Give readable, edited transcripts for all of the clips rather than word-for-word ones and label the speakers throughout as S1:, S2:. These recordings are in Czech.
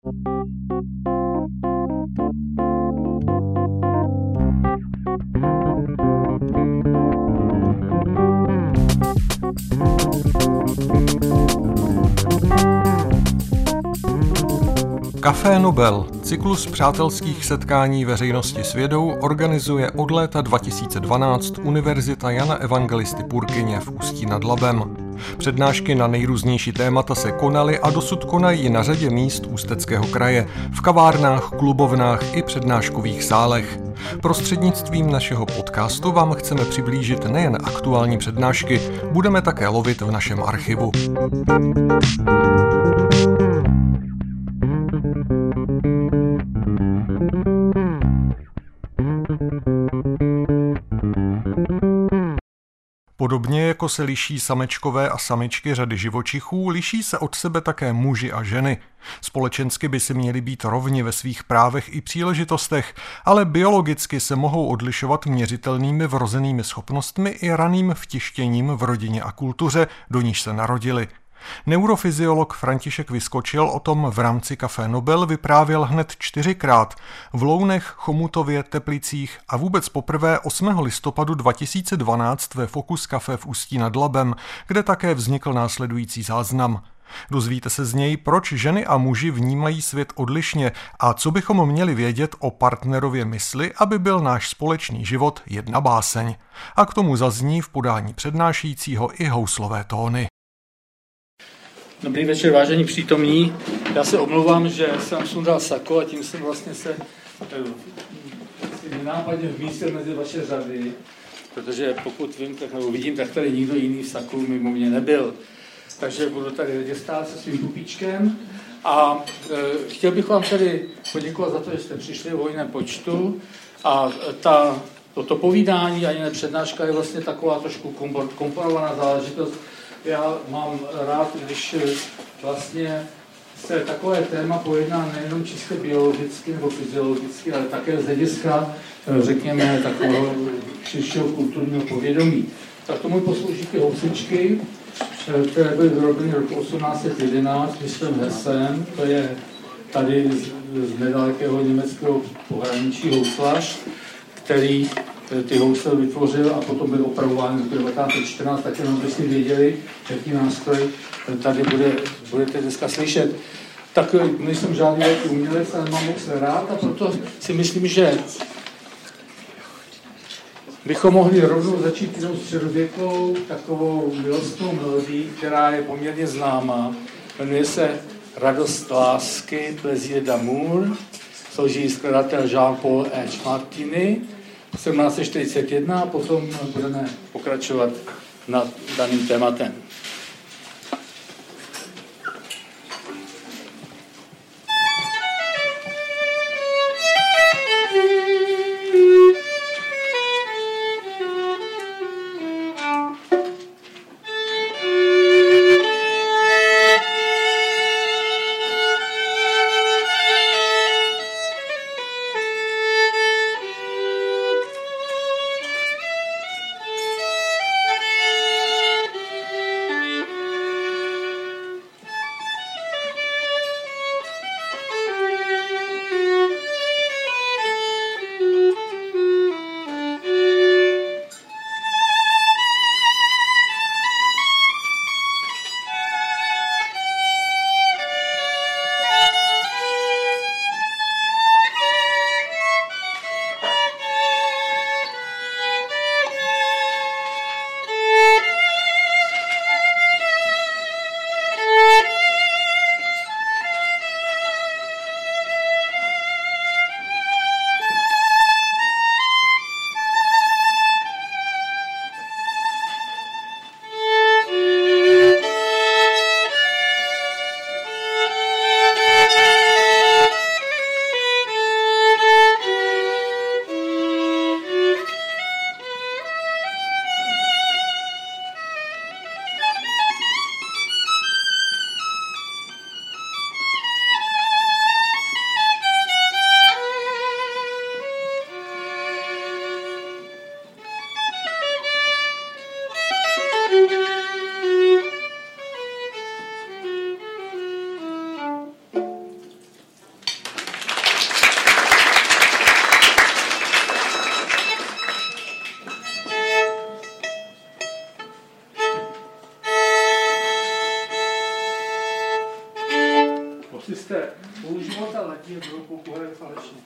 S1: Café Nobel, cyklus přátelských setkání veřejnosti s vědou, organizuje od léta 2012 Univerzita Jana Evangelisty Purkyně v Ústí nad Labem. Přednášky na nejrůznější témata se konaly a dosud konají na řadě míst Ústeckého kraje, v kavárnách, klubovnách i přednáškových sálech. Prostřednictvím našeho podcastu vám chceme přiblížit nejen aktuální přednášky, budeme také lovit v našem archivu. Podobně jako se liší samečkové a samičky řady živočichů, liší se od sebe také muži a ženy. Společensky by si měli být rovni ve svých právech i příležitostech, ale biologicky se mohou odlišovat měřitelnými vrozenými schopnostmi i raným vtištěním v rodině a kultuře, do níž se narodili. Neurofyziolog František Vyskočil o tom v rámci Café Nobel vyprávěl hned 4krát v Lounech, Chomutově, Teplicích a vůbec poprvé 8. listopadu 2012 ve Focus Café v Ústí nad Labem, kde také vznikl následující záznam. Dozvíte se z něj, proč ženy a muži vnímají svět odlišně a co bychom měli vědět o partnerově mysli, aby byl náš společný život jedna báseň. A k tomu zazní v podání přednášejícího i houslové tóny.
S2: Dobrý večer, vážení přítomní. Já se omlouvám, že jsem sundal sako a tím jsem vlastně se nenápadně vmístil mezi vaše řady, protože pokud vím, tak, nebo vidím, tak tady nikdo jiný v saku mimo mě nebyl. Takže budu tady radě stát se svým pupíčkem a chtěl bych vám tady poděkovat za to, že jste přišli v hojném počtu a toto povídání a jiné přednáška je vlastně taková trošku komponovaná záležitost. Já mám rád, když vlastně se takové téma pojedná nejenom čistě biologicky nebo fyziologicky, ale také z hlediska, řekněme, takového širšího kulturního povědomí. Tak tomu poslouží ty housličky, které byly vyrobeny roku 1811 mistrem Hessem, to je tady z nedalekého německého pohraničí houslař, který ty housle vytvořil a potom byl opravován v 1914, tak jenom byste věděli, jaký nástroj tady budete dneska slyšet. Tak nejsem žádný velký umělec, ale mám moc rád a proto si myslím, že bychom mohli rovnou začít jinou středověkou takovou milostnou melodii, která je poměrně známá. Jmenuje se Radost lásky, Plaisir d'amour, složí skladatel Jean-Paul H. Martini, 1741 a potom budeme pokračovat nad daným tématem. Prostě jste půl života letí a druhou půlku hraje falešně.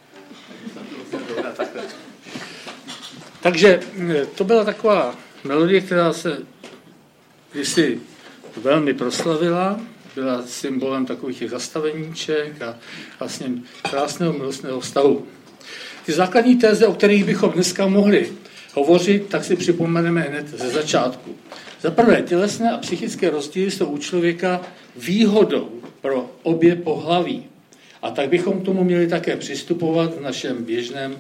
S2: Takže to byla taková melodie, která se kdysi velmi proslavila, byla symbolem takových těch zastaveníček a vlastně krásného milostného vztahu. Ty základní téze, o kterých bychom dneska mohli hovořit, tak si připomeneme hned ze začátku. Za prvé, tělesné a psychické rozdíly jsou u člověka výhodou pro obě pohlaví. A tak bychom k tomu měli také přistupovat v našem běžném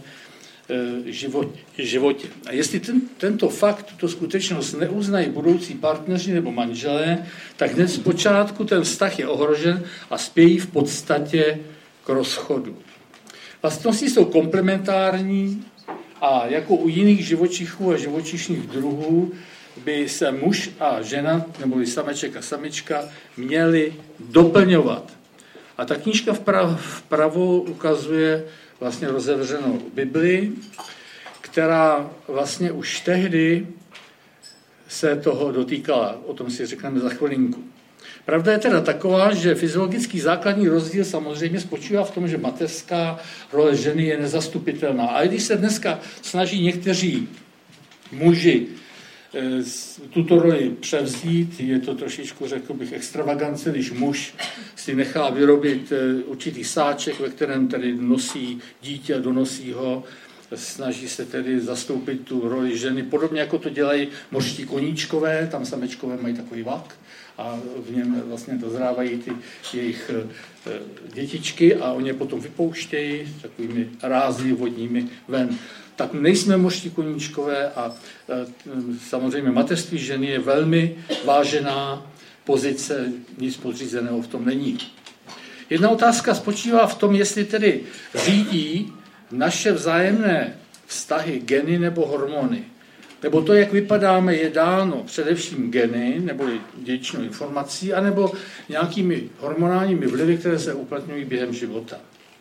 S2: životě. A jestli tento fakt, tuto skutečnost neuznají budoucí partneři nebo manželé, tak hned zpočátku ten vztah je ohrožen a spějí v podstatě k rozchodu. Vlastnosti jsou komplementární a jako u jiných živočichů a živočišných druhů by se muž a žena, neboli sameček a samička, měli doplňovat. A ta knížka vpravo ukazuje vlastně rozevřenou Bibli, která vlastně už tehdy se toho dotýkala. O tom si řekneme za chvilinku. Pravda je teda taková, že fyziologický základní rozdíl samozřejmě spočívá v tom, že mateřská role ženy je nezastupitelná. A i když se dneska snaží někteří muži tuto roli převzít, je to trošičku, řekl bych, extravagance, když muž si nechá vyrobit určitý sáček, ve kterém tedy nosí dítě a donosí ho, snaží se tedy zastoupit tu roli ženy, podobně jako to dělají mořští koníčkové, tam samečkové mají takový vak a v něm vlastně dozrávají ty jejich dětičky a oni je potom vypouštějí takovými rázy vodními ven. Tak nejsme mořští koníčkové a samozřejmě mateřství ženy je velmi vážená pozice, nic podřízeného v tom není. Jedna otázka spočívá v tom, jestli tedy řídí naše vzájemné vztahy geny nebo hormony. Nebo to, jak vypadáme, je dáno především geny, nebo dědičnou informací, anebo nějakými hormonálními vlivy, které se uplatňují během života.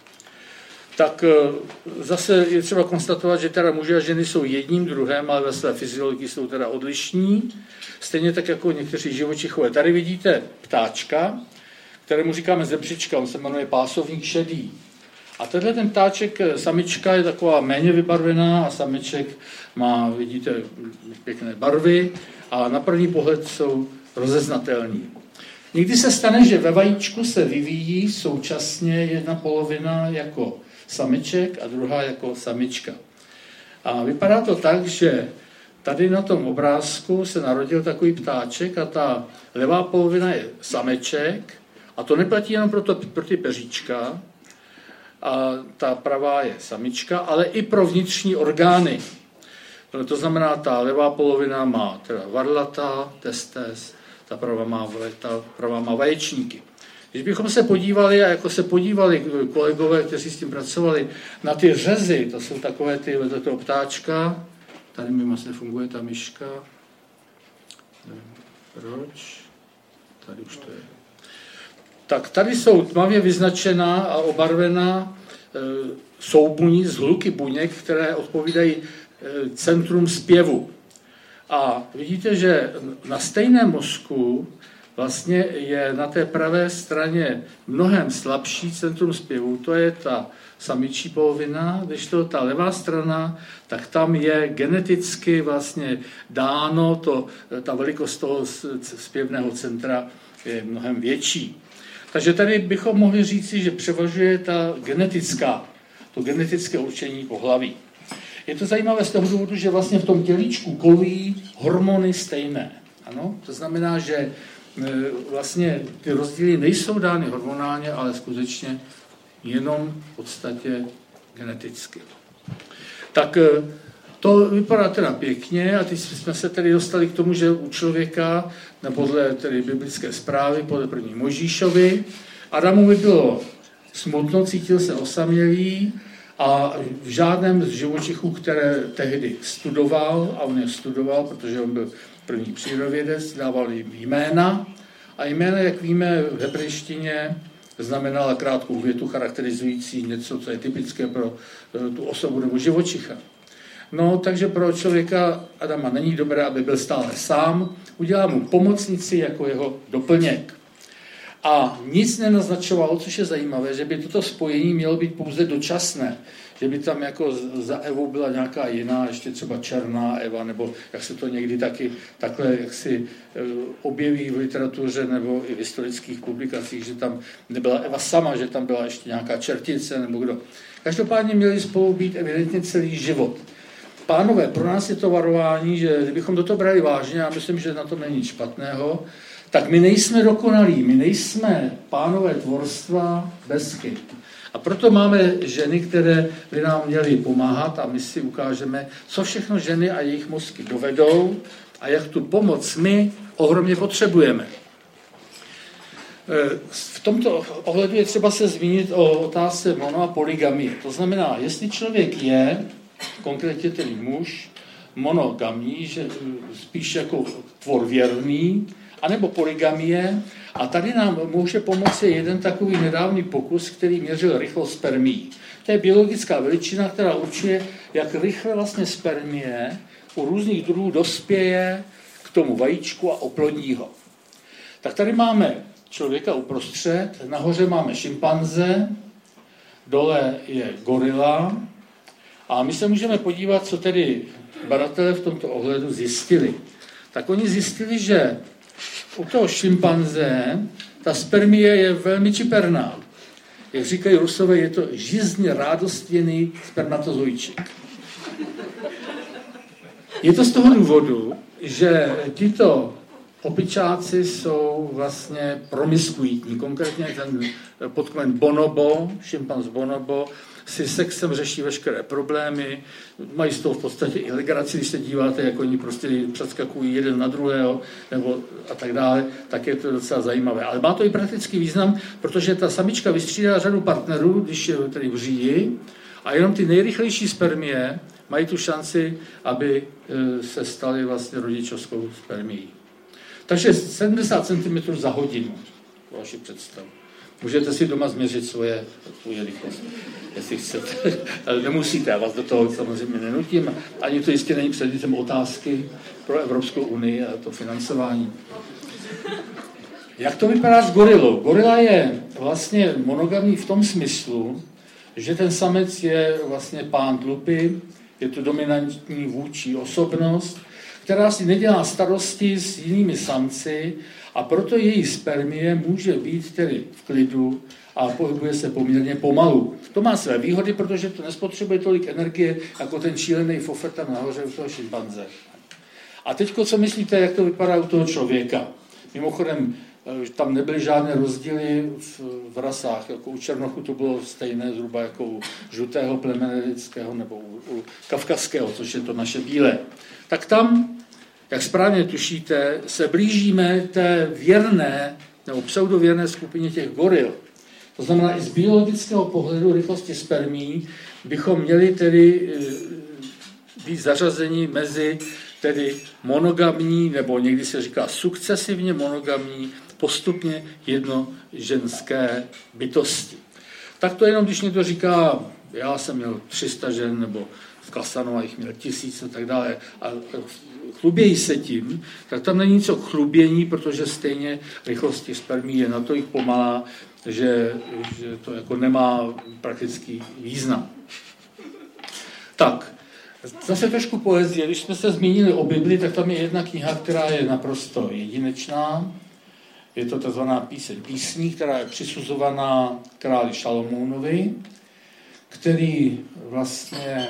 S2: Tak zase je třeba konstatovat, že teda muži a ženy jsou jedním druhem, ale ve své fyziologii jsou teda odlišní, stejně tak jako někteří živočichové. Tady vidíte ptáčka, kterému říkáme zebřička, on se jmenuje pásovník šedý. A tenhle ten ptáček, samička je taková méně vybarvená a sameček má, vidíte, pěkné barvy a na první pohled jsou rozeznatelní. Někdy se stane, že ve vajíčku se vyvíjí současně jedna polovina jako sameček a druhá jako samička. A vypadá to tak, že tady na tom obrázku se narodil takový ptáček a ta levá polovina je sameček a to neplatí jenom pro ty peříčka, a ta pravá je samička, ale i pro vnitřní orgány. To znamená, ta levá polovina má teda varlata, testes, ta pravá má vaječníky. Když bychom se podívali, a jako se podívali kolegové, kteří s tím pracovali, na ty řezy, to jsou takové ty vedle toho ptáčka, tady mi vlastně funguje ta myška, nevím proč, tady už to je. Tak tady jsou tmavě vyznačená a obarvená soubuní, zhluky buněk, které odpovídají centrum zpěvu. A vidíte, že na stejném mozku vlastně je na té pravé straně mnohem slabší centrum zpěvu, to je ta samičí polovina, když to ta levá strana, tak tam je geneticky vlastně dáno, ta velikost toho zpěvného centra je mnohem větší. Takže tady bychom mohli říci, že převažuje to genetické určení pohlaví. Je to zajímavé z toho důvodu, že vlastně v tom tělíčku kolují hormony stejné. Ano? To znamená, že vlastně ty rozdíly nejsou dány hormonálně, ale skutečně jenom v podstatě geneticky. Tak to vypadá teda pěkně a teď jsme se tedy dostali k tomu, že u člověka, podle tedy biblické zprávy, podle první Mojžíšovi, Adamovi bylo smutno, cítil se osamělý a v žádném z živočichů, které tehdy studoval, a on je studoval, protože on byl první přírodovědec, dával jim jména a jména, jak víme, v hebrejštině znamenala krátkou větu charakterizující něco, co je typické pro tu osobu nebo živočicha. No, takže pro člověka Adama není dobré, aby byl stále sám. Udělá mu pomocnici jako jeho doplněk. A nic nenaznačovalo, což je zajímavé, že by toto spojení mělo být pouze dočasné. Že by tam jako za Evou byla nějaká jiná, ještě třeba černá Eva, nebo jak se to někdy takhle jak si objeví v literatuře nebo i v historických publikacích, že tam nebyla Eva sama, že tam byla ještě nějaká čertice nebo kdo. Každopádně měli spolu být evidentně celý život. Pánové, pro nás je to varování, že kdybychom toto brali vážně, já myslím, že na tom není nic špatného, tak my nejsme dokonalí, my nejsme pánové tvorstva bez chyb. A proto máme ženy, které by nám měly pomáhat a my si ukážeme, co všechno ženy a jejich mozky dovedou a jak tu pomoc my ohromně potřebujeme. V tomto ohledu je třeba se zmínit o otázce mono a polygamie. To znamená, jestli člověk je, konkrétně tedy muž, monogamní, že spíš jako tvor věrný, anebo polygamie. A tady nám může pomoci jeden takový nedávný pokus, který měřil rychlost spermií. To je biologická veličina, která určuje, jak rychle vlastně spermie u různých druhů dospěje k tomu vajíčku a oplodní ho. Tak tady máme člověka uprostřed, nahoře máme šimpanze, dole je gorila a my se můžeme podívat, co tedy badatelé v tomto ohledu zjistili. Tak oni zjistili, že u toho šimpanze ta spermie je velmi čiperná. Jak říkají Rusové, je to žízně rádostněný spermatozoiček. Je to z toho důvodu, že tito opičáci jsou vlastně promiskuitní. Konkrétně ten podkmen bonobo, šimpanz bonobo, si sexem řeší veškeré problémy, mají z toho v podstatě i legraci, když se díváte, jak oni prostě přeskakují jeden na druhého, nebo a tak dále, tak je to docela zajímavé. Ale má to i praktický význam, protože ta samička vystřídá řadu partnerů, když je tedy v říji, a jenom ty nejrychlejší spermie mají tu šanci, aby se staly vlastně rodičovskou spermií. Takže 70 cm za hodinu, vaši představu. Můžete si doma změřit svoje rychlost, jestli chcete. Ale nemusíte, já vás do toho samozřejmě nenutím. Ani to jistě není předmětem otázky pro Evropskou unii a to financování. Jak to vypadá s gorilou? Gorila je vlastně monogamní v tom smyslu, že ten samec je vlastně pán tlupy, je to dominantní vůdčí osobnost, která si nedělá starosti s jinými samci a proto její spermie může být tedy v klidu a pohybuje se poměrně pomalu. To má své výhody, protože to nespotřebuje tolik energie, jako ten šílený fofr tam nahoře u toho šimpanze. A teďko, co myslíte, jak to vypadá u toho člověka? Mimochodem, tam nebyly žádné rozdíly v rasách. Jako u černochů to bylo stejné zhruba jako u žlutého plemene lidského nebo u kavkazského, což je to naše bílé. Tak tam, jak správně tušíte, se blížíme té věrné nebo pseudověrné skupině těch goril. To znamená, i z biologického pohledu rychlosti spermií bychom měli tedy být zařazeni mezi tedy monogamní, nebo někdy se říká sukcesivně monogamní, postupně jednoženské bytosti. Tak to jenom, když někdo říká, já jsem měl 300 žen, nebo v Kasanova jich měl 1000 a tak dále, a chlubějí se tím, tak tam není něco k chlubění, protože stejně rychlosti spermí je natolik pomalá, že to jako nemá praktický význam. Tak, zase trošku poezie. Když jsme se zmínili o Bibli, tak tam je jedna kniha, která je naprosto jedinečná. Je to tzv. Píseň písní, která je přisuzovaná králi Šalomounovi, který vlastně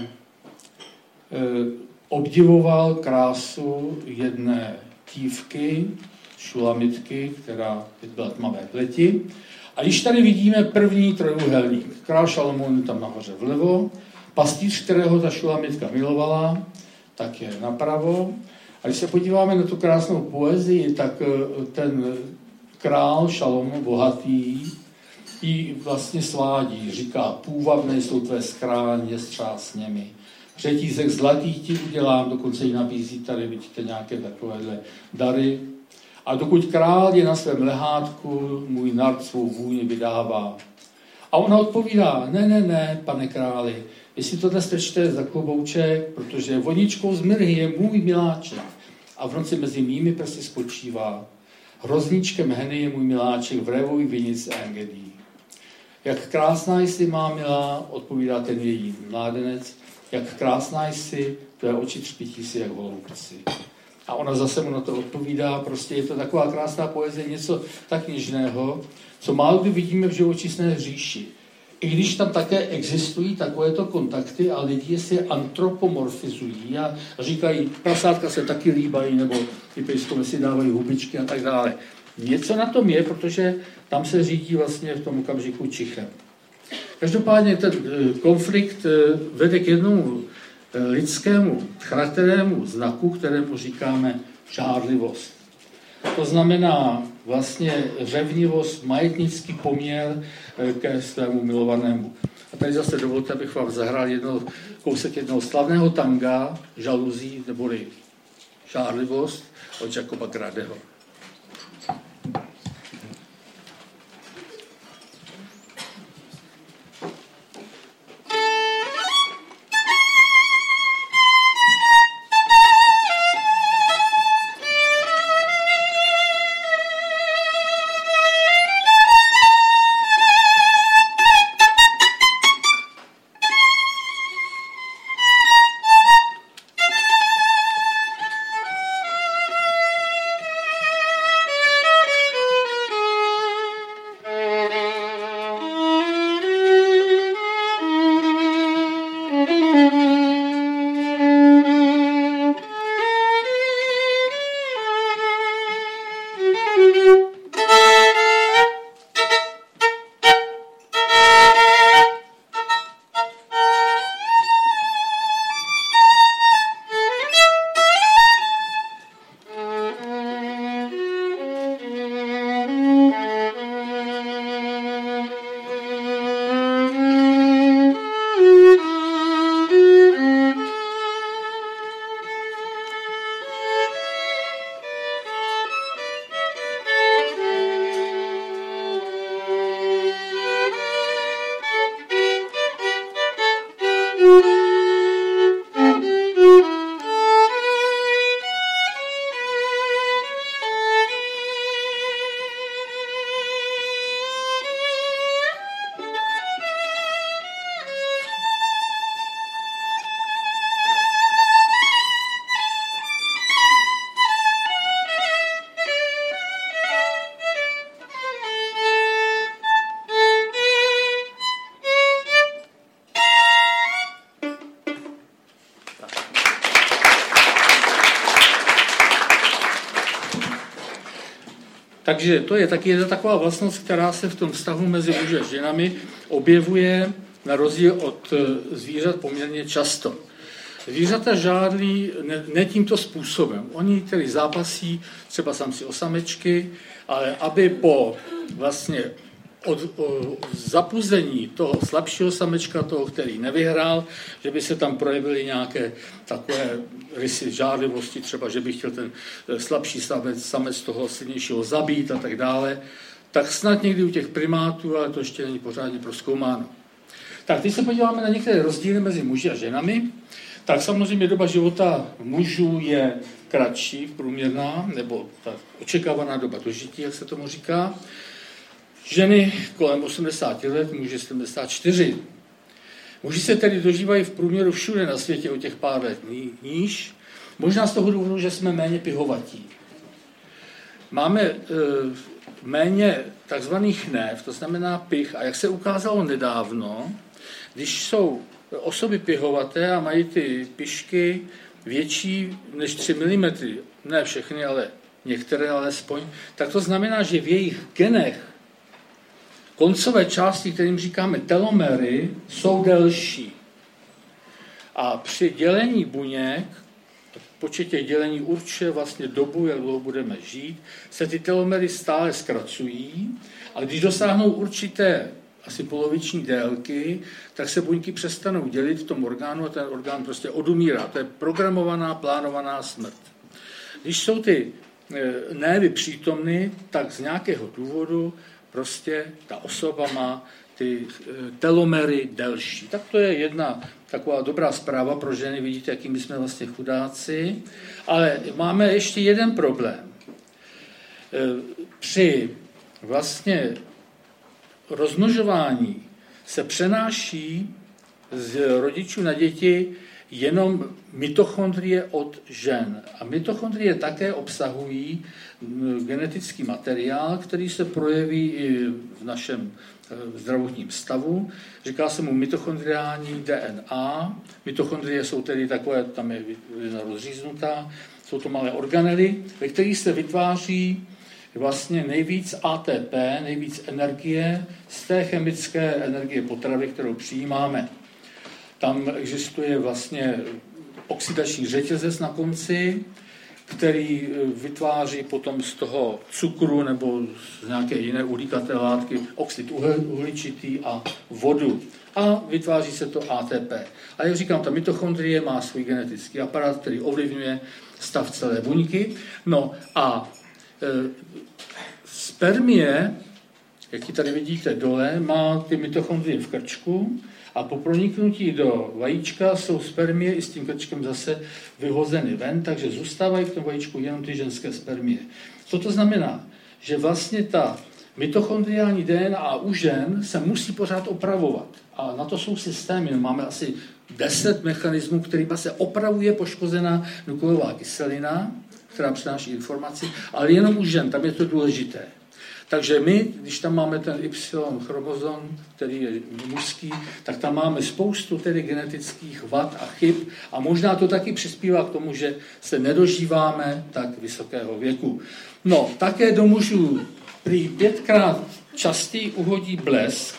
S2: obdivoval krásu jedné dívky, Šulamitky, která byla tmavé pleti. A když tady vidíme první trojúhelník, král Šalomoun tam nahoře vlevo, pastýř, kterého ta Šulamitka milovala, tak je napravo. A když se podíváme na tu krásnou poezii, tak ten král Šalomoun bohatý ji vlastně svádí. Říká, půvabné jsou tvé skráně s třásněmi. Řetízek zlatých ti udělám, dokonce ji nabízí tady, vidíte, nějaké takovéhle dary. A dokud král je na svém lehátku, můj nard svou vůni vydává. A ona odpovídá, ne, pane králi, jestli to dnes tečte za klobouček, protože voničkou z mirhy je můj miláček a v noci mezi mými prsty spočívá. Hrozníčkem Henny je můj miláček, v révový vinici a engedí. Jak krásná jsi, má milá, odpovídá ten její mládenec. Jak krásná jsi, tvé oči třpití si jak holoubci. A ona zase mu na to odpovídá, prostě je to taková krásná poezie, něco tak něžného, co málo kdy vidíme v živočišné říši. I když tam také existují takovéto kontakty a lidi si antropomorfizují a říkají, prasátka se taky líbají, nebo ty pejskové si dávají hubičky a tak dále. Něco na tom je, protože tam se řídí vlastně v tom okamžiku čichem. Každopádně ten konflikt vede k jednomu lidskému charakterovému znaku, kterému říkáme žárlivost. To znamená vlastně řevnivost, majetnický poměr ke svému milovanému. A tady zase dovolte, abych vám zahrál kousek jednoho slavného tanga, Žaluzí, neboli žárlivost od Jacoba Gradeho. Takže to je taky jedna taková vlastnost, která se v tom vztahu mezi muži a ženami objevuje na rozdíl od zvířat poměrně často. Zvířata žádlí ne tímto způsobem. Oni tedy zápasí třeba samci o samečky, ale aby po vlastně od zapuzení toho slabšího samečka, toho, který nevyhrál, že by se tam projevily nějaké takové rysy žádlivosti, třeba, že by chtěl ten slabší samec toho silnějšího zabít a tak dále, tak snad někdy u těch primátů, ale to ještě není pořádně prozkoumáno. Tak teď se podíváme na některé rozdíly mezi muži a ženami. Tak samozřejmě doba života mužů je kratší, průměrná, nebo ta očekávaná doba dožití, jak se tomu říká. Ženy kolem 80 let, muži 74. Muži se tedy dožívají v průměru všude na světě o těch pár let níž, možná z toho důvodu, že jsme méně pihovatí. Máme méně takzvaných hnev, to znamená pich, a jak se ukázalo nedávno, když jsou osoby pihovaté a mají ty pišky větší než 3 mm, ne všechny, ale některé alespoň, tak to znamená, že v jejich genech koncové části, kterým říkáme telomery, jsou delší. A při dělení buněk, počet těch dělení určuje vlastně dobu, jak dlouho budeme žít, se ty telomery stále zkracují, ale když dosáhnou určité asi poloviční délky, tak se buňky přestanou dělit v tom orgánu a ten orgán prostě odumírá. To je programovaná, plánovaná smrt. Když jsou ty névy přítomny, tak z nějakého důvodu prostě ta osoba má ty telomery delší. Tak to je jedna taková dobrá zpráva pro ženy, vidíte, jakými jsme vlastně chudáci. Ale máme ještě jeden problém. při vlastně rozmnožování se přenáší z rodičů na děti jenom mitochondrie od žen. A mitochondrie také obsahují genetický materiál, který se projeví i v našem zdravotním stavu. Říká se mu mitochondriální DNA. Mitochondrie jsou tedy takové, tam je rozříznutá, jsou to malé organely, ve kterých se vytváří vlastně nejvíc ATP, nejvíc energie z té chemické energie potravy, kterou přijímáme. Tam existuje vlastně oxidační řetězec na konci, který vytváří potom z toho cukru nebo z nějaké jiné uhlíkaté látky oxid uhličitý a vodu. A vytváří se to ATP. A jak říkám, ta mitochondrie má svůj genetický aparát, který ovlivňuje stav celé buňky. No a spermie, jak ji tady vidíte dole, má ty mitochondrie v krčku a po proniknutí do vajíčka jsou spermie i s tím krčkem zase vyhozeny ven, takže zůstávají v tom vajíčku jenom ty ženské spermie. Co to znamená? Že vlastně ta mitochondriální DNA u žen se musí pořád opravovat. A na to jsou systémy. Máme asi 10 mechanismů, kterými se opravuje poškozená nukleová kyselina, která přináší informaci, ale jenom u žen, tam je to důležité. Takže my, když tam máme ten Y-chromozom, který je mužský, tak tam máme spoustu tedy genetických vad a chyb a možná to taky přispívá k tomu, že se nedožíváme tak vysokého věku. No, také do mužů prý 5krát častěji uhodí blesk,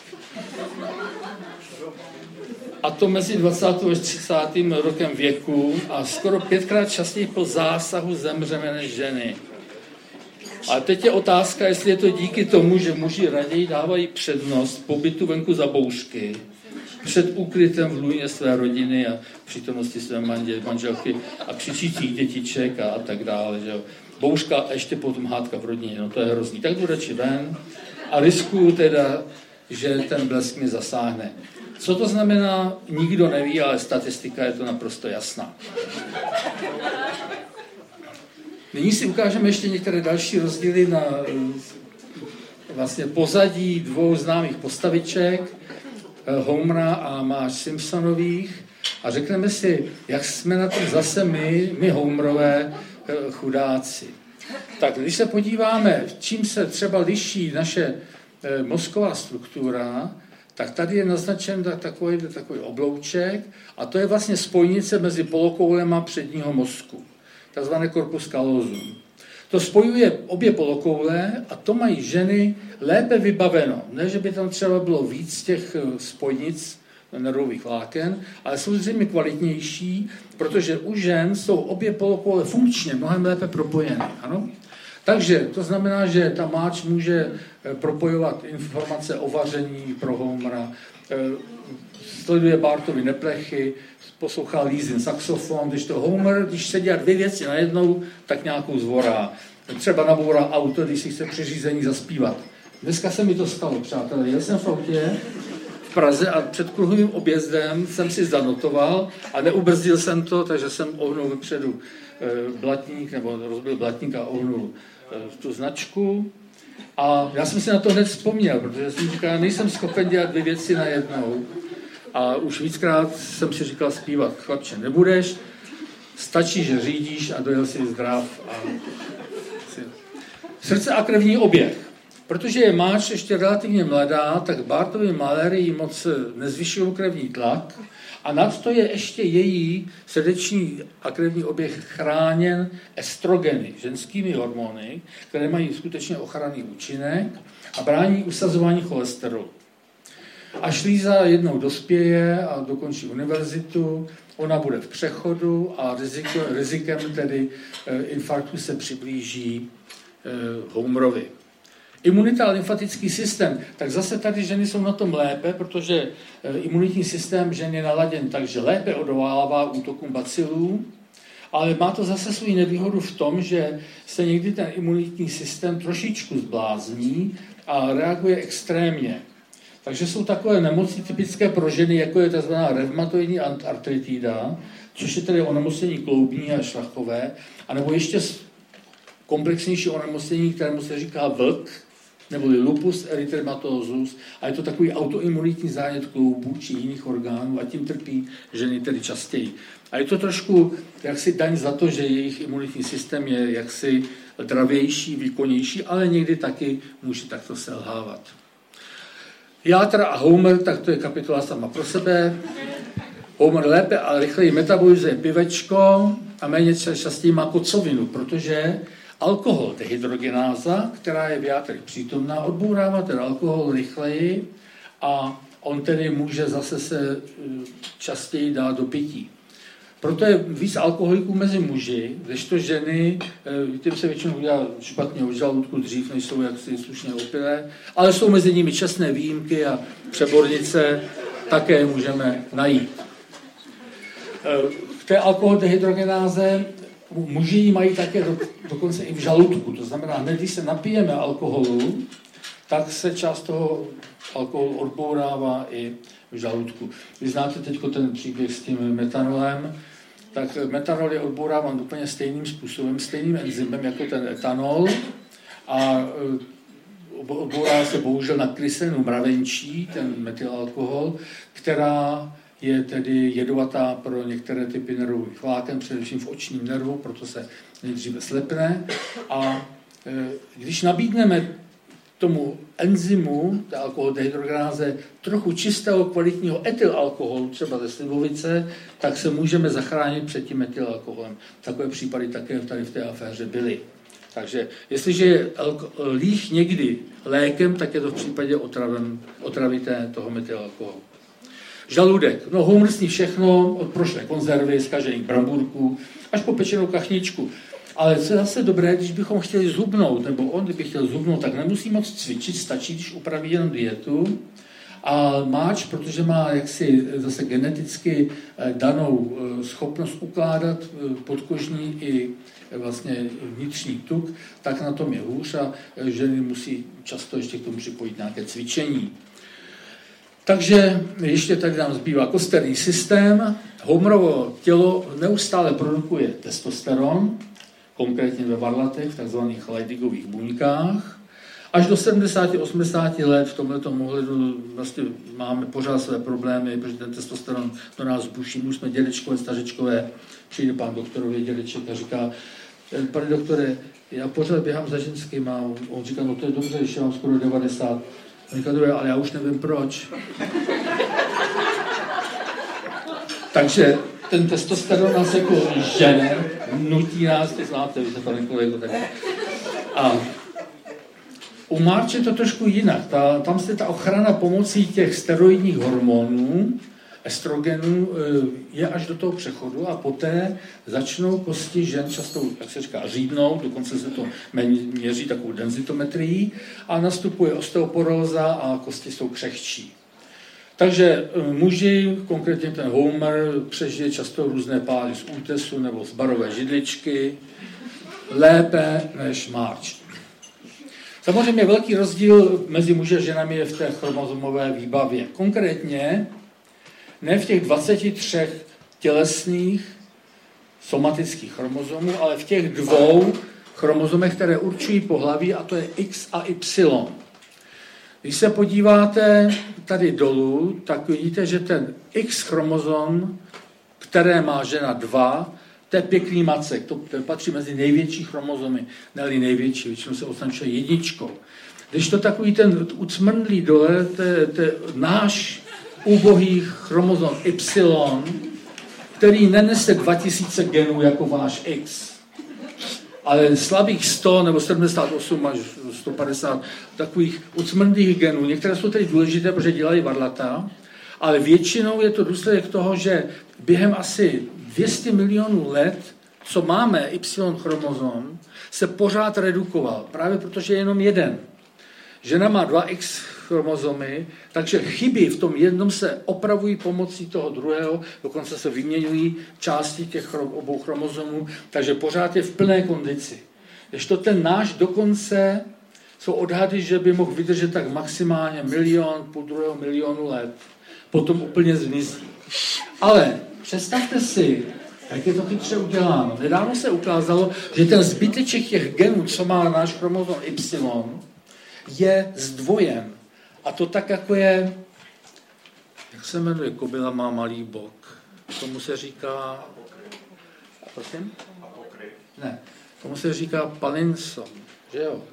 S2: a to mezi 20. až 30. rokem věku a skoro 5krát častěji po zásahu zemřeme než ženy. A teď je otázka, jestli je to díky tomu, že muži raději dávají přednost pobytu venku za bouřky před úkrytem v lůně své rodiny a přítomnosti své manželky a křičících dětiček a tak dále. Že jo. Bouřka a ještě potom hádka v rodině, no to je hrozný. Tak jdu radši ven a riskuju teda, že ten blesk mě zasáhne. Co to znamená, nikdo neví, ale statistika je to naprosto jasná. Nyní si ukážeme ještě některé další rozdíly na vlastně pozadí dvou známých postaviček, Homera a Marge Simpsonových, a řekneme si, jak jsme na tom zase my Homerové chudáci. Tak když se podíváme, čím se třeba liší naše mozková struktura, tak tady je naznačen takový oblouček a to je vlastně spojnice mezi polokoulema předního mozku, takzvané corpus callosum. To spojuje obě polokoule a to mají ženy lépe vybaveno. Ne, že by tam třeba bylo víc těch spojnic nervových vláken, ale jsou zřejmě kvalitnější, protože u žen jsou obě polokoule funkčně mnohem lépe propojeny. Ano? Takže to znamená, že ta Marge může propojovat informace o vaření pro Homera, sleduje Bartovy neplechy, poslouchá Lízin saxofon, když to Homer, když se dělá dvě věci najednou, tak nějakou zvorá. Třeba nabourá auto, když si chce při řízení zaspívat. Dneska se mi to stalo, přátelé. Jel jsem v autě v Praze a před kruhovým objezdem jsem si zanotoval a neubrzdil jsem to, takže jsem ohnul vepředu blatník, nebo rozbil blatník a ohnul tu značku. A já jsem si na to hned vzpomněl, protože jsem říkal, nejsem schopen dělat dvě věci najednou. A už víckrát jsem si říkal zpívat, chlapče, nebudeš, stačí, že řídíš a dojel si zdrav. Srdce a krevní oběh. Protože je Marge ještě relativně mladá, tak Bartovy maléry jí moc nezvyšují krevní tlak a nad to je ještě její srdeční a krevní oběh chráněn estrogeny, ženskými hormony, které mají skutečně ochranný účinek a brání usazování cholesterolu. Až Líza jednou dospěje a dokončí univerzitu, ona bude v přechodu a rizikem tedy infarktu se přiblíží Homerovi. Imunita a lymfatický systém, tak zase tady ženy jsou na tom lépe, protože imunitní systém žen je naladěn takže lépe odolává útokům bacilů, ale má to zase svou nevýhodu v tom, že se někdy ten imunitní systém trošičku zblázní a reaguje extrémně. Takže jsou takové nemoci typické pro ženy, jako je tzv. Revmatoidní artritida, což je tedy onemocnění kloubní a šlachové, anebo ještě komplexnější onemocnění, kterému se říká vlk, neboli lupus erythematosus, a je to takový autoimunitní zánět kloubů či jiných orgánů a tím trpí ženy tedy častěji. A je to trošku jaksi daň za to, že jejich imunitní systém je jaksi dravější, výkonnější, ale někdy taky může takto selhávat. Játra a Homer, tak to je kapitola sama pro sebe. Homer lépe a rychleji metabolizuje pivečko a méně častěji má kocovinu, protože alkohol, dehydrogenáza, která je v játrech přítomná, odbourává ten alkohol rychleji a on tedy může zase se častěji dát do pití. Proto je víc alkoholiků mezi muži, kdežto ženy, těm se většinou udělá špatně od žaludku dřív, než jsou jaksi slušně opilé, ale jsou mezi nimi čestné výjimky a přebornice také můžeme najít. K té alkohol dehydrogenáze muži ji mají také dokonce i v žaludku. To znamená, hned když se napijeme alkoholu, tak se část toho alkoholu odbourává i v žaludku. Vy znáte teď ten příběh s tím metanolem, tak metanol je odbouráván úplně stejným způsobem, stejným enzymem jako ten etanol a odbourává se bohužel na kyselinu mravenčí, ten metylalkohol, která je tedy jedovatá pro některé typy nervových vláken, především v očním nervu, proto se nejdříve slepne. A když nabídneme tomu enzymu, té alkohol dehydrogenáze, trochu čistého kvalitního etylalkoholu, třeba ze slivovice, tak se můžeme zachránit před tím etylalkoholem. Takové případy také tady v té aféře byly. Takže jestliže je líh někdy lékem, tak je to v případě otravy toho metylalkoholu. Žaludek. No, Homer sní všechno, od prošlé konzervy, zkažených bramburků, až po pečenou kachničku. Ale co je zase dobré, když bychom chtěli zhubnout, nebo on, kdyby chtěl zhubnout, tak nemusí moc cvičit, stačí, když upraví jenom dietu. A máč, protože má jaksi zase geneticky danou schopnost ukládat podkožní i vlastně vnitřní tuk, tak na tom je hůř a ženy musí často ještě k tomu připojit nějaké cvičení. Takže ještě tady nám zbývá kosterní systém. Homerovo tělo neustále produkuje testosteron, konkrétně ve varlatech, v tzv. Leydigových buňkách. Až do 70-80 let v tomto ohledu vlastně máme pořád své problémy, protože ten testosteron do nás buší. My už jsme dědečkové, stařečkové. Přijde pán doktorově dědeček a říká, pane doktore, já pořád běhám za ženským a on říká, no to je dobře, když mám skoro 90. On říká, ale já už nevím proč. Takže ten testosteron nás jako žene, nutí nás, ty znáte, vy se pane kolego, tak. A u March je to trošku jinak. Tam se ta ochrana pomocí těch steroidních hormonů, estrogenů, je až do toho přechodu a poté začnou kosti žen často, jak se říká, řídnout, dokonce se to měří takovou denzitometrií a nastupuje osteoporóza a kosti jsou křehčí. Takže muži, konkrétně ten Homer, přežije často různé pády z útesu nebo z barové židličky, lépe než March. Samozřejmě velký rozdíl mezi muži a ženami je v té chromozomové výbavě. Konkrétně ne v těch 23 tělesných somatických chromozomů, ale v těch 2 chromozomech, které určují pohlaví, a to je X a Y. Když se podíváte tady dolů, tak vidíte, že ten X chromozom, které má žena 2, to je pěkný macek, to patří mezi největší chromozomy, ne-li největší, většinou se označuje 1. Když to takový ten ucmrnlý dole, to je náš úbohý chromozom Y, který nenese 2000 genů jako váš X, ale slabých 100 nebo 78 až 150 takových ucmrnlých genů. Některé jsou tedy důležité, protože dělají varlata, ale většinou je to důsledek toho, že během asi 200 milionů let, co máme Y-chromozom, se pořád redukoval, právě protože je jenom jeden. Žena má 2 X chromozomy, takže chyby v tom jednom se opravují pomocí toho druhého, dokonce se vyměňují části těch obou chromozomů, takže pořád je v plné kondici. Když to ten náš dokonce jsou odhady, že by mohl vydržet tak maximálně 1,5 milionu let, potom úplně zmizí. Ale představte si Jak je to chytře uděláno? Nedávno se ukázalo, že ten zbyteček těch genů, co má náš chromozom Y, je zdvojen. A to tak, jako je, jak se jmenuje, kobyla má malý bok. Tomu se říká... Prosím? Ne, tomu se říká palinsom, že jo?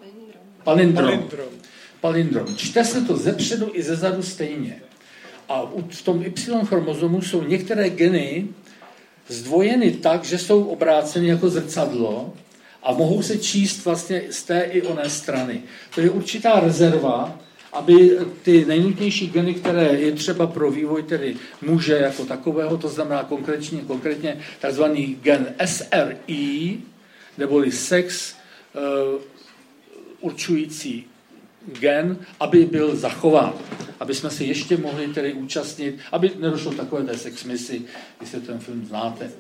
S2: Palindrom. Čte se to zepředu i zezadu stejně. A v tom Y chromozomu jsou některé geny zdvojeny tak, že jsou obráceny jako zrcadlo a mohou se číst vlastně z té i oné strany. To je určitá rezerva, aby ty nejnutnější geny, které je třeba pro vývoj tedy muže jako takového, to znamená konkrétně takzvaný gen SRI, neboli sex určující gen, aby byl zachován, aby jsme si ještě mohli tedy účastnit, aby nedošlo takové té sexmisi, jestli ten film znáte.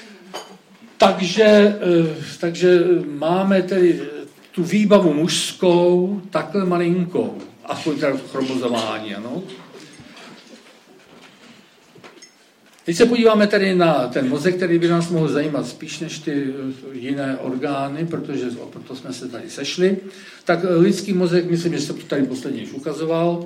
S2: Takže máme tedy tu výbavu mužskou takhle malinkou, aspoň teda chromozomální, ano. Teď se podíváme tedy na ten mozek, který by nás mohl zajímat spíš než ty jiné orgány, protože proto jsme se tady sešli. Tak lidský mozek, myslím, že jsem to tady posledně už ukazoval,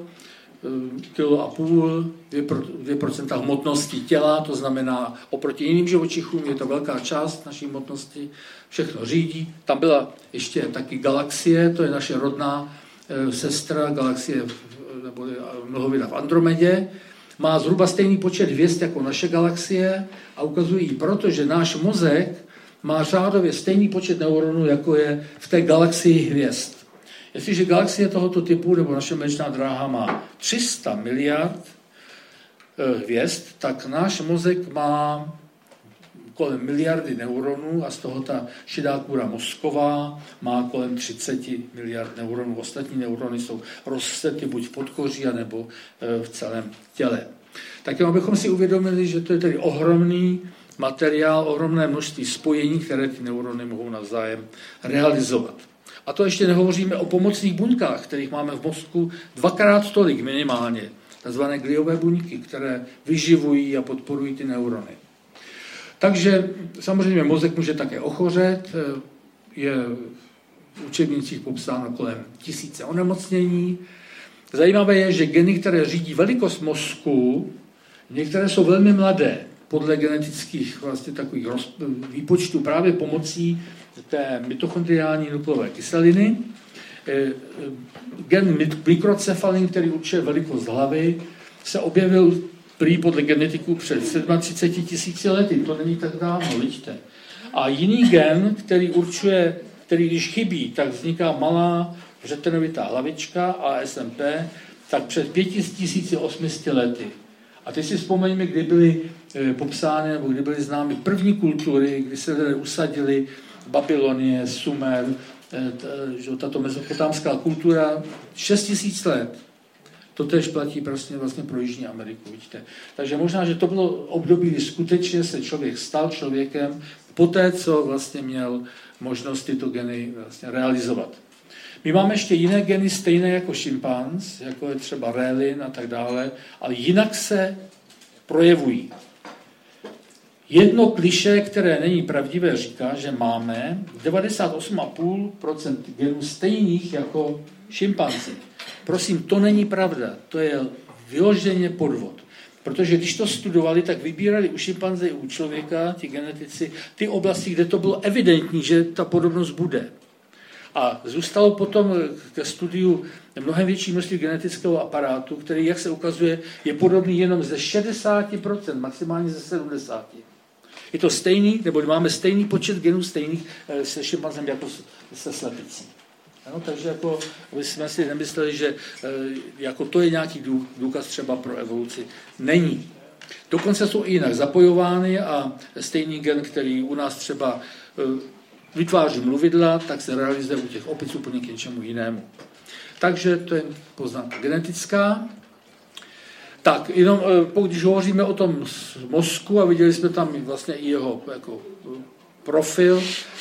S2: 1,5 kg, 2% hmotnosti těla, to znamená oproti jiným živočichům je to velká část naší hmotnosti, všechno řídí. Tam byla ještě taky galaxie, to je naše rodná sestra, galaxie nebo mlhovina v Andromedě. Má zhruba stejný počet hvězd jako naše galaxie a ukazují proto, že náš mozek má řádově stejný počet neuronů, jako je v té galaxii hvězd. Jestliže galaxie tohoto typu, nebo naše Mléčná dráha má 300 miliard hvězd, tak náš mozek má kolem miliardy neuronů a z toho ta šedá kůra mozková má kolem 30 miliard neuronů. Ostatní neurony jsou rozsety buď v podkoží, nebo v celém těle. Tak abychom si uvědomili, že to je tedy ohromný materiál, ohromné množství spojení, které ty neurony mohou navzájem realizovat. A to ještě nehovoříme o pomocných buňkách, kterých máme v mozku 2x tolik minimálně, takzvané gliové buňky, které vyživují a podporují ty neurony. Takže samozřejmě mozek může také ochořet, je v učebnicích popsáno kolem 1000 onemocnění. Zajímavé je, že geny, které řídí velikost mozku, některé jsou velmi mladé, podle genetických vlastně takových výpočtů právě pomocí té mitochondriální nukleové kyseliny. Gen mikrocefalin, který určuje velikost hlavy, se objevil prý podle genetiků před 37 000 lety. To není tak dávno, vidíte. A jiný gen, který určuje, který když chybí, tak vzniká malá vřetenovitá hlavička ASMP, tak před 5800 lety. A teď si vzpomeňme, kdy byly popsány, nebo kdy byly známy první kultury, kdy se lidé usadili, Babylonie, Sumer, tato mezopotámská kultura, 6000 let. To též platí vlastně pro Jižní Ameriku, vidíte. Takže možná, že to bylo období, kdy skutečně se člověk stal člověkem poté, co vlastně měl možnost tyto geny vlastně realizovat. My máme ještě jiné geny stejné jako šimpanz, jako je třeba relin a tak dále, ale jinak se projevují. Jedno klišé, které není pravdivé, říká, že máme 98,5% genů stejných jako šimpanzi. Prosím, to není pravda, to je vyloženě podvod. Protože když to studovali, tak vybírali u šimpanze i u člověka, ti genetici, ty oblasti, kde to bylo evidentní, že ta podobnost bude. A zůstalo potom ke studiu mnohem větší množství genetického aparátu, který, jak se ukazuje, je podobný jenom ze 60%, maximálně ze 70%. Je to stejný, nebo máme stejný počet genů stejných se šimpanzem jako se slepicí. Ano, takže jako, aby jsme si nemysleli, že jako to je nějaký důkaz třeba pro evoluci. Není. Dokonce jsou i jinak zapojovány a stejný gen, který u nás třeba vytváří mluvidla, tak se realizuje u těch opic úplně k něčemu jinému. Takže to je poznámka genetická. Tak, jenom když hovoříme o tom mozku a viděli jsme tam vlastně i jeho jako profil,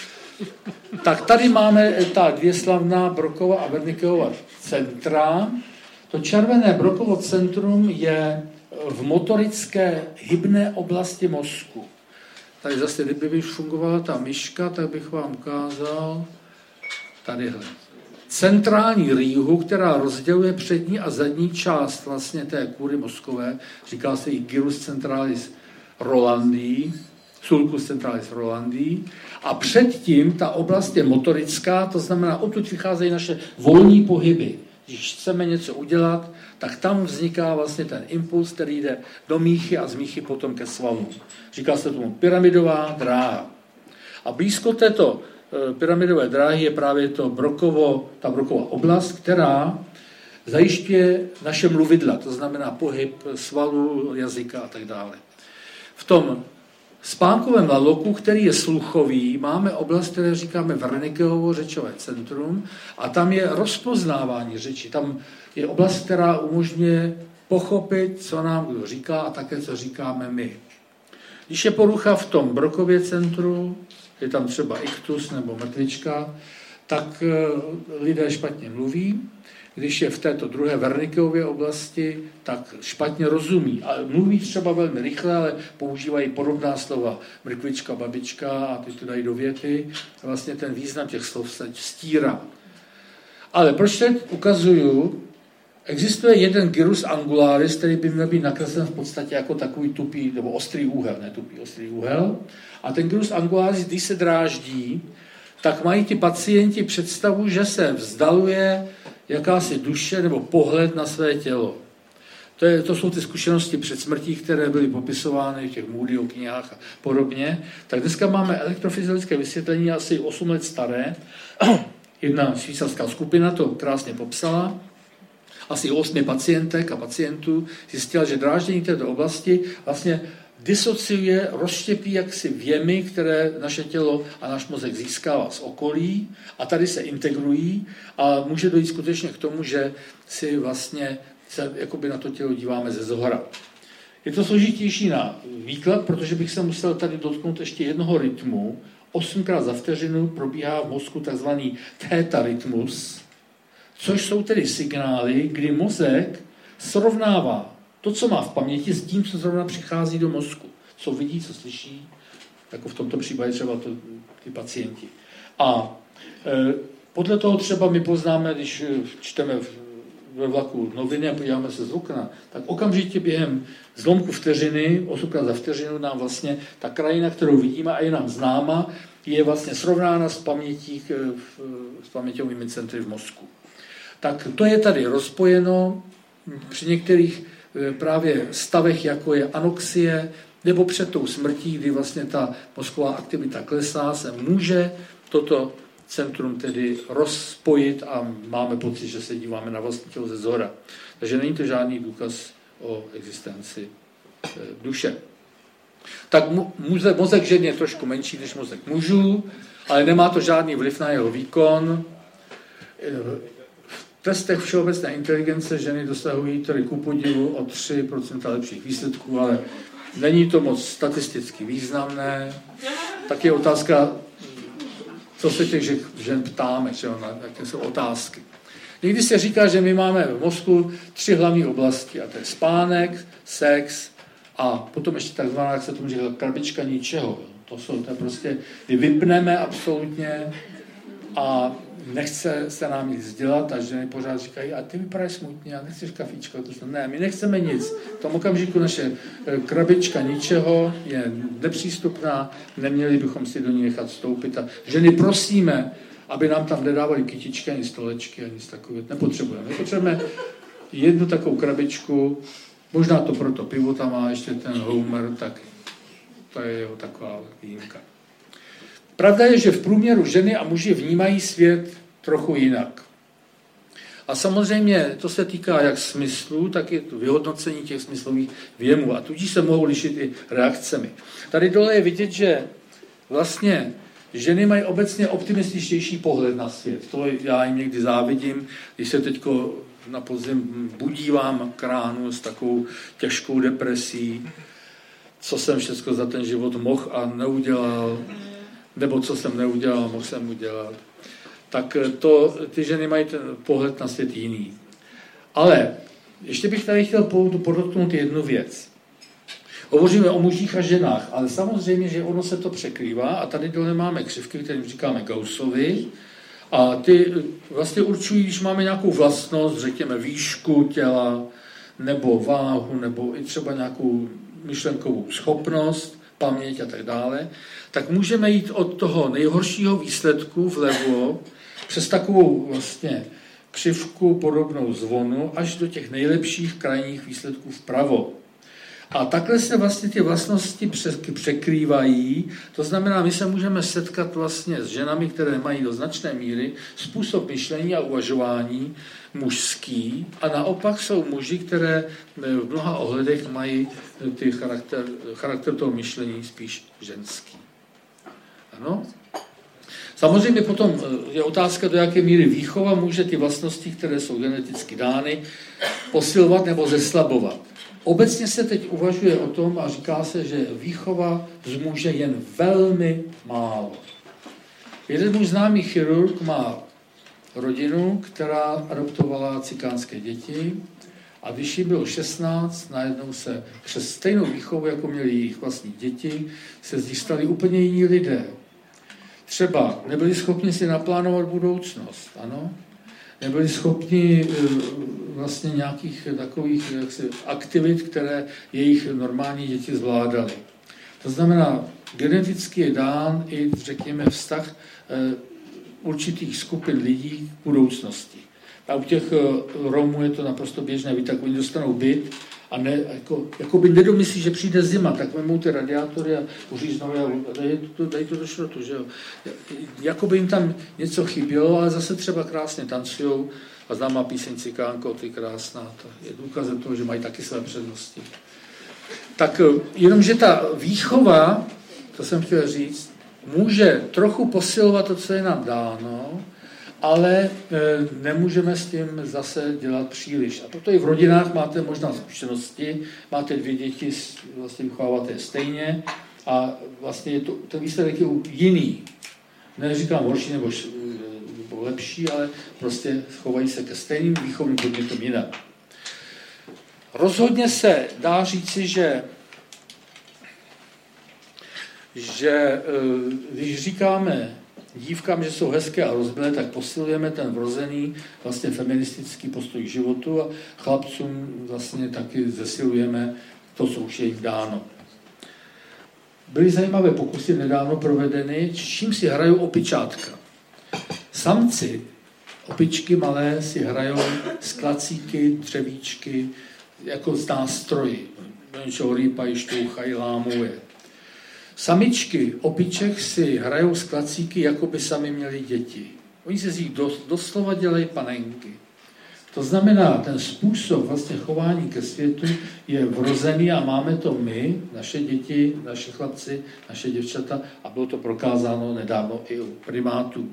S2: tak tady máme ta dvě slavná Brockova a Wernickeova centra. To červené Brockovo centrum je v motorické hybné oblasti mozku. Tady zase, kdyby už fungovala ta myška, tak bych vám ukázal tadyhle. Centrální rýhu, která rozděluje přední a zadní část vlastně té kůry mozkové, říká se jí gyrus centralis rolandi, sulcus centralis rolandi, a předtím ta oblast je motorická, to znamená, odtud vycházejí naše volní pohyby. Když chceme něco udělat, tak tam vzniká vlastně ten impuls, který jde do míchy a z míchy potom ke svalům. Říká se tomu pyramidová dráha. A blízko této pyramidové dráhy je právě ta broková oblast, která zajišťuje naše mluvidla, to znamená pohyb svalů, jazyka a tak dále. V tom spánkovém laloku, který je sluchový, máme oblast, které říkáme Wernickehovo řečové centrum a tam je rozpoznávání řeči. Tam je oblast, která umožňuje pochopit, co nám kdo říká a také, co říkáme my. Když je porucha v tom Brokově centru, je tam třeba iktus nebo mrtvička, tak lidé špatně mluví. Když je v této druhé Wernickehově oblasti, tak špatně rozumí. A mluví třeba velmi rychle, ale používají podobná slova. Mrkvička, babička a ty to dají do věty. A vlastně ten význam těch slov se stírá. Ale proč teď ukazuju, existuje jeden gyrus angularis, který by měl být nakreslen v podstatě jako takový tupý, nebo ostrý úhel, ne tupý, ostrý úhel. A ten gyrus angularis, když se dráždí, tak mají ti pacienti představu, že se vzdaluje jakási duše nebo pohled na své tělo. To jsou ty zkušenosti před smrtí, které byly popisovány v těch Moodyho knihách a podobně. Tak dneska máme elektrofyziologické vysvětlení asi 8 let staré. Jedna švýcarská skupina to krásně popsala. Asi 8 pacientek a pacientů zjistila, že dráždění této oblasti vlastně disociuje, rozštěpí jaksi věmy, které naše tělo a náš mozek získává z okolí a tady se integrují a může dojít skutečně k tomu, že si vlastně se jakoby na to tělo díváme ze zhora. Je to složitější na výklad, protože bych se musel tady dotknout ještě jednoho rytmu. 8krát za vteřinu probíhá v mozku takzvaný theta rytmus, což jsou tedy signály, kdy mozek srovnává to, co má v paměti, s tím, co zrovna přichází do mozku. Co vidí, co slyší, jako v tomto případě třeba ty pacienti. A podle toho třeba my poznáme, když čteme ve vlaku noviny a podíváme se z okna, tak okamžitě během zlomku vteřiny, 8krát za vteřinu, nám vlastně ta krajina, kterou vidíme a je nám známa, je vlastně srovnána s paměťovými centry v mozku. Tak to je tady rozpojeno při některých právě stavech, jako je anoxie, nebo před tou smrtí, kdy vlastně ta mozková aktivita klesá, se může toto centrum tedy rozpojit a máme pocit, že se díváme na vlastní tělo ze zhora. Takže není to žádný důkaz o existenci duše. Tak mozek žen je trošku menší než mozek mužů, ale nemá to žádný vliv na jeho výkon. V testech všeobecné inteligence ženy dosahují tedy ku podivu o 3% lepších výsledků, ale není to moc statisticky významné. Tak je otázka, co se těch žen ptáme, jaké jsou otázky. Někdy se říká, že my máme v mozku 3 hlavní oblasti, a to je spánek, sex a potom ještě takzvaná, jak se tomu říká, krabička ničeho. To je prostě, kdy vypneme absolutně a nechce se nám nic dělat a ženy pořád říkají, a ty vypadáš smutně, a nechceš kafíčko. Ne, my nechceme nic. V tom okamžiku naše krabička ničeho je nepřístupná, neměli bychom si do ní nechat vstoupit. A ženy prosíme, aby nám tam nedávali kytičky, ani stolečky, ani nic takového. Nepotřebujeme. My potřebujeme jednu takovou krabičku, možná to proto pivo tam má ještě ten Homer, tak to je jeho taková výjimka. Pravda je, že v průměru ženy a muži vnímají svět trochu jinak. A samozřejmě to se týká jak smyslů, tak i vyhodnocení těch smyslových věmů. A tudíž se mohou lišit i reakcemi. Tady dole je vidět, že vlastně ženy mají obecně optimističtější pohled na svět. To já jim někdy závidím, když se teďko na podzim budívám k ránu s takovou těžkou depresí, co jsem všechno za ten život mohl a neudělal, nebo co jsem neudělal, mohl jsem udělat. Tak ty ženy mají ten pohled na svět jiný. Ale ještě bych tady chtěl podotknout jednu věc. Hovoříme o mužích a ženách, ale samozřejmě, že ono se to překrývá a tady dole máme křivky, kterým říkáme Gaussovy a ty vlastně určují, když máme nějakou vlastnost, řekněme výšku těla, nebo váhu, nebo i třeba nějakou myšlenkovou schopnost, paměť a tak dále, tak můžeme jít od toho nejhoršího výsledku vlevo přes takovou vlastně křivku podobnou zvonu až do těch nejlepších krajních výsledků vpravo. A takhle se vlastně ty vlastnosti překrývají, to znamená, my se můžeme setkat vlastně s ženami, které mají do značné míry způsob myšlení a uvažování mužský a naopak jsou muži, které v mnoha ohledech mají ty charakter toho myšlení spíš ženský. Ano? Samozřejmě potom je otázka, do jaké míry výchova může ty vlastnosti, které jsou geneticky dány, posilovat nebo zeslabovat. Obecně se teď uvažuje o tom a říká se, že výchova zmůže jen velmi málo. Jeden můj známý chirurg má rodinu, která adoptovala cikánské děti a když jí bylo 16, najednou se přes stejnou výchovu, jako měli jejich vlastní děti, se z nich stali úplně jiní lidé. Třeba nebyli schopni si naplánovat budoucnost, ano? Nebyli schopni vlastně nějakých takových aktivit, které jejich normální děti zvládaly. To znamená, geneticky je dán i, řekněme, vztah určitých skupin lidí k budoucnosti. A u těch Romů je to naprosto běžné, víte, tak oni dostanou byt a ne, jako by nedomyslí, že přijde zima, tak vemou ty radiátory a uříznou a dají to do šrotu, že jo. Jako by jim tam něco chybělo, ale zase třeba krásně tancujou a známá píseň Cikánko, ty krásná, to je důkazem toho, že mají taky své přednosti. Tak jenomže ta výchova, to jsem chtěl říct, může trochu posilovat to, co je nám dáno, ale nemůžeme s tím zase dělat příliš. A proto i v rodinách máte možná zkušenosti, máte 2 děti, vlastně vychováváte je stejně a vlastně je to, ten výsledek je jiný. Neříkám horší nebo lepší, ale prostě chovají se ke stejným výchovným podmětům jinak. Rozhodně se dá říci, že když říkáme dívkám, že jsou hezké a rozbylé, tak posilujeme ten vrozený vlastně feministický postoj k životu a chlapcům vlastně taky zesilujeme to, co už je jim dáno. Byly zajímavé pokusy nedávno provedeny, čím si hrajou opičátka. Samci, opičky malé, si hrajou s klacíky, dřevíčky, jako z nástroji. Do něčeho rýpají, štouchají, lámou je. Samičky opiček si hrajou s klacíky, jako by sami měli děti. Oni se z nich doslova dělají panenky. To znamená, ten způsob vlastně chování ke světu je vrozený a máme to my, naše děti, naše chlapci, naše děvčata a bylo to prokázáno nedávno i u primátů.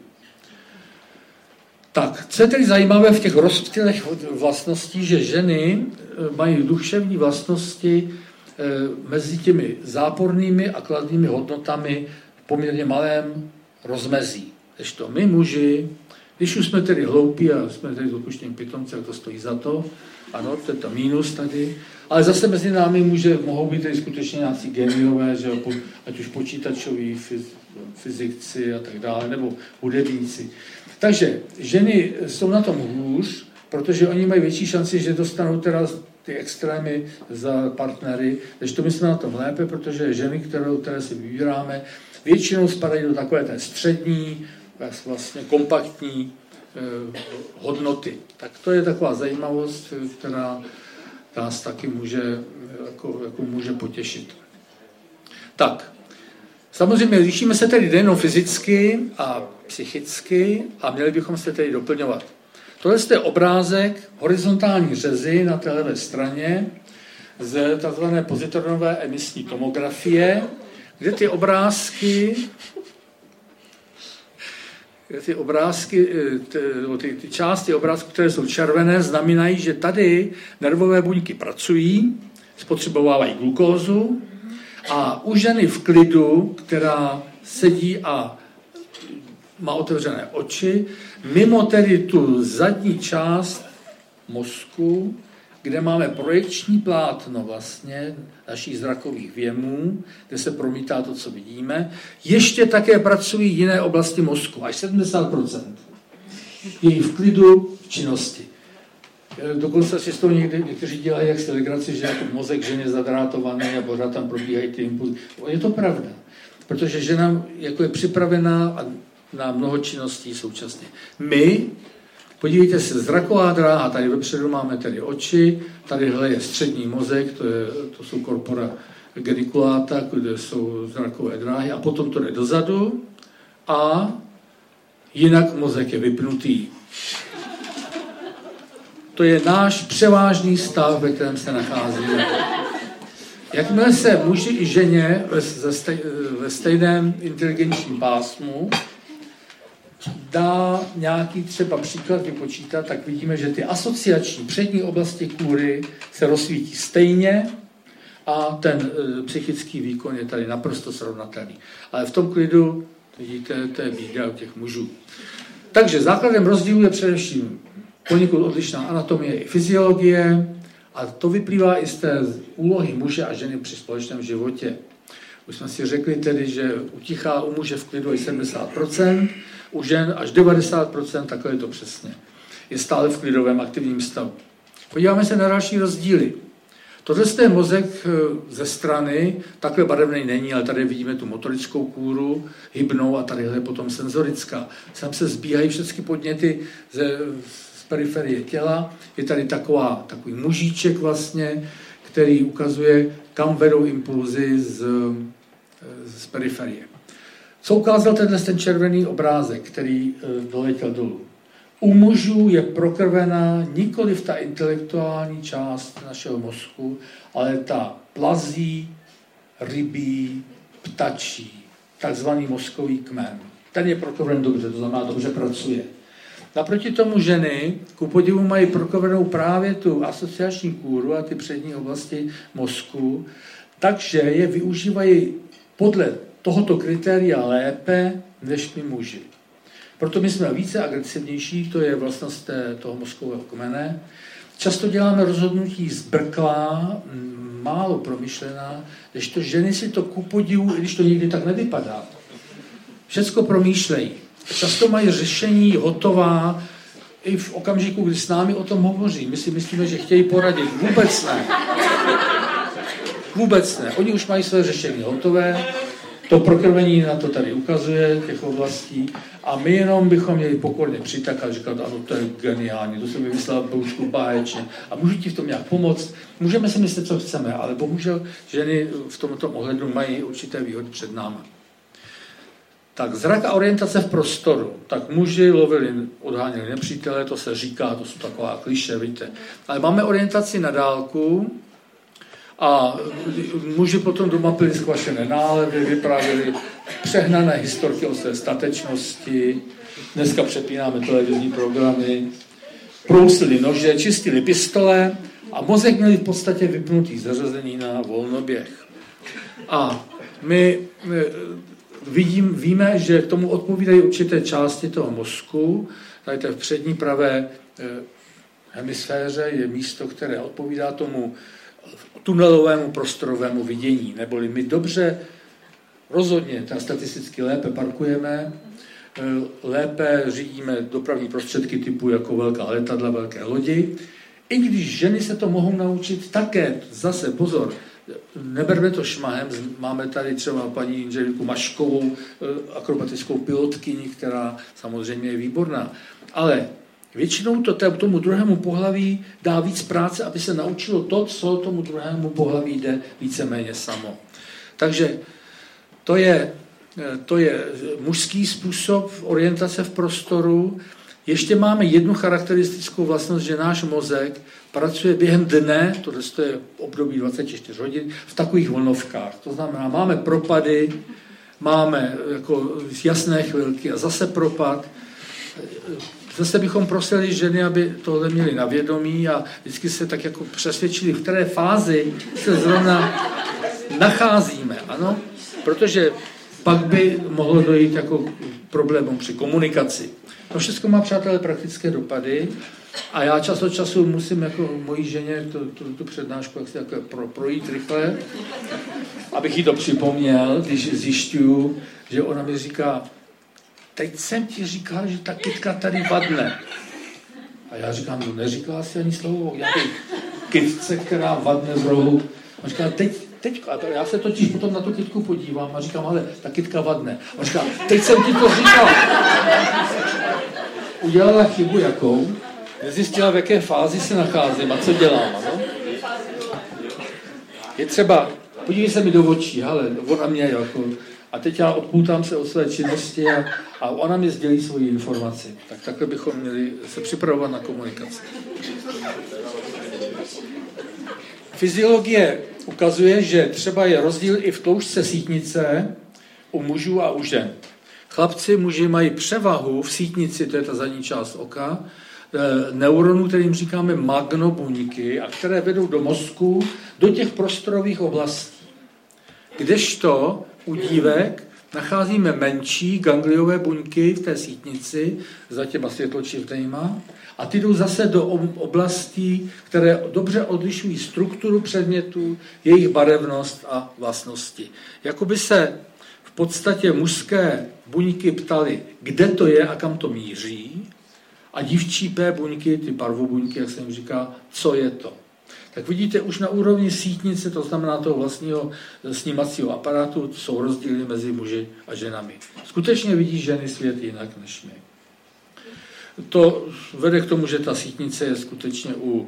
S2: Tak, co je tedy zajímavé v těch rozptylech vlastností, že ženy mají duševní vlastnosti mezi těmi zápornými a kladnými hodnotami v poměrně malém rozmezí. Kdežto my muži, když už jsme tedy hloupí a jsme tedy s odpuštěním pitomci, tak to stojí za to, ano, to je to mínus tady, ale zase mezi námi mohou být tedy skutečně nějací geniové, že ať už počítačoví, fyzici a tak dále, nebo hudebníci. Takže ženy jsou na tom hůř, protože oni mají větší šanci, že dostanou teda ty extrémy za partnery, než to my jsme na tom lépe, protože ženy, které si vybíráme, většinou spadají do takové té střední, vlastně kompaktní hodnoty. Tak to je taková zajímavost, která nás taky může potěšit. Tak, samozřejmě lišíme se tedy nejenom fyzicky a psychicky a měli bychom se tedy doplňovat. Tohle je obrázek horizontální řezy na té levé straně z tzv. Pozitronové emisní tomografie, kde ty části obrázků, které jsou červené, znamenají, že tady nervové buňky pracují, spotřebovávají glukózu a u ženy v klidu, která sedí a má otevřené oči, mimo tedy tu zadní část mozku kde máme projekční plátno vlastně našich zrakových věmů, kde se promítá to, co vidíme. Ještě také pracují jiné oblasti mozku, až 70%. Je v klidu, v činnosti. Dokonce si z toho někteří dělají jak si legraci, že jako mozek ženy zadrátovaný a pořád tam probíhají ty impulzy. Je to pravda, protože žena jako je připravená na mnoho činností současně. My, podívejte se, zraková dráha, tady vepředu máme tedy oči, tadyhle je střední mozek, to jsou corpora geniculata, kde jsou zrakové dráhy, a potom to jde dozadu a jinak mozek je vypnutý. To je náš převážný stav, ve kterém se nacházíme. Jakmile se muži i ženě ve stejném inteligenčním pásmu dá nějaký třeba příklad vypočítat, tak vidíme, že ty asociační přední oblasti kůry se rozsvítí stejně a ten psychický výkon je tady naprosto srovnatelný. Ale v tom klidu, vidíte, to je bída u těch mužů. Takže základem rozdílu je především poněkud odlišná anatomie i fyziologie a to vyplývá i z té úlohy muže a ženy při společném životě. Už jsme si řekli tedy, že utichá u muže v klidu i 70%, u žen až 90%, takhle je to přesně. Je stále v klidovém aktivním stavu. Podíváme se na další rozdíly. Tohle je mozek ze strany, takhle barevný není, ale tady vidíme tu motorickou kůru, hybnou a tadyhle je potom senzorická. Sem se zbíhají všechny podněty z periferie těla. Je tady takový mužíček vlastně, který ukazuje, kam vedou impulzy z periferie. Co ukázal ten červený obrázek, který doletěl dolů? U mužů je prokrvená nikoliv ta intelektuální část našeho mozku, ale ta plazí, rybí, ptačí, takzvaný mozkový kmen. Ten je prokrven dobře, to znamená dobře pracuje. Naproti tomu ženy, ku podivu, mají prokrvenou právě tu asociační kůru a ty přední oblasti mozku, takže je využívají podle tohoto kritéria lépe než my muži. Proto my jsme více agresivnější, to je vlastnost toho mozkového kmene. Často děláme rozhodnutí zbrklá, málo promyšlená, kdežto ženy si to ku podivu, i když to někdy tak nevypadá, všecko promýšlejí. Často mají řešení hotová i v okamžiku, kdy s námi o tom hovoří. My si myslíme, že chtějí poradit. Vůbec ne. Vůbec ne. Oni už mají své řešení hotové, to prokrvení na to tady ukazuje, těch oblastí, a my jenom bychom měli pokorně přitakat a říkat, ano, to je geniální, to jsem vymyslela boušku báječně a můžu ti v tom nějak pomoct. Můžeme si myslet, co chceme, ale bohužel ženy v tomto ohledu mají určité výhody před námi. Tak zrak a orientace v prostoru. Tak muži lovili, odháněli nepřítele, to se říká, to jsou taková klišé, víte. Ale máme orientaci na dálku a muži potom doma pili skvašené nálevy, vyprávěli přehnané historky o své statečnosti, dneska přepínáme televizní programy, prousili nože, čistili pistole a mozek měli v podstatě vypnutý, zařazený na volnoběh. A my víme, že k tomu odpovídají určité části toho mozku. Tady v přední pravé hemisféře je místo, které odpovídá tomu tunelovému prostorovému vidění. Neboli my dobře, rozhodně, statisticky lépe parkujeme, lépe řídíme dopravní prostředky typu jako velká letadla, velké lodi. I když ženy se to mohou naučit také, zase pozor, neberme to šmahem, máme tady třeba paní Ingeliku Maškovou, akrobatickou pilotkyni, která samozřejmě je výborná. Ale většinou to tomu druhému pohlaví dá víc práce, aby se naučilo to, co tomu druhému pohlaví jde víceméně samo. Takže to je mužský způsob orientace v prostoru. Ještě máme jednu charakteristickou vlastnost, že náš mozek pracuje během dne, to je období 24 hodin, v takových vlnovkách. To znamená, máme propady, máme jako jasné chvilky a zase propad. Zase bychom prosili ženy, aby tohle měli na vědomí a vždycky se tak jako přesvědčili, v které fázi se zrovna nacházíme. Ano? Protože pak by mohlo dojít jako problémům při komunikaci. To všechno má, přátelé, praktické dopady A já čas od času musím jako mojí ženě tu přednášku jako projít rychle, abych jí to připomněl, když zjišťuju, že ona mi říká, teď jsem ti říkal, že ta kytka tady vadne. A já říkám, no neříkala si ani slovo o nějaké kytce, která vadne z rohu. A říká, teď, a já se totiž potom na tu kytku podívám a říkám, ale ta kytka vadne. A říká, teď jsem ti to říkal. Udělala chybu jakou? Nezjistila, v jaké fázi se nacházím a co dělám. No? Je třeba, podívej se mi do očí, ale ona mě jako... A teď já odpoutám se od své činnosti a ona mi sdělí svoji informaci. Tak takhle bychom měli se připravovat na komunikaci. Fyziologie ukazuje, že třeba je rozdíl i v tloušťce sítnice u mužů a u žen. Chlapci, muži mají převahu v sítnici, to je ta zadní část oka, neuronů, kterým říkáme magnobuňky, a které vedou do mozku, do těch prostorových oblastí. Kdežto u dívek nacházíme menší gangliové buňky v té sítnici, za těma světločivnýma, a ty jdou zase do oblastí, které dobře odlišují strukturu předmětů, jejich barevnost a vlastnosti. Jakoby se v podstatě mužské buňky ptaly, kde to je a kam to míří, a dívčí P buňky, ty parvobuňky, jak se jim říká, co je to. Tak vidíte, už na úrovni sítnice, to znamená toho vlastního snímacího aparátu, jsou rozdíly mezi muži a ženami. Skutečně vidí ženy svět jinak než my. To vede k tomu, že ta sítnice je skutečně u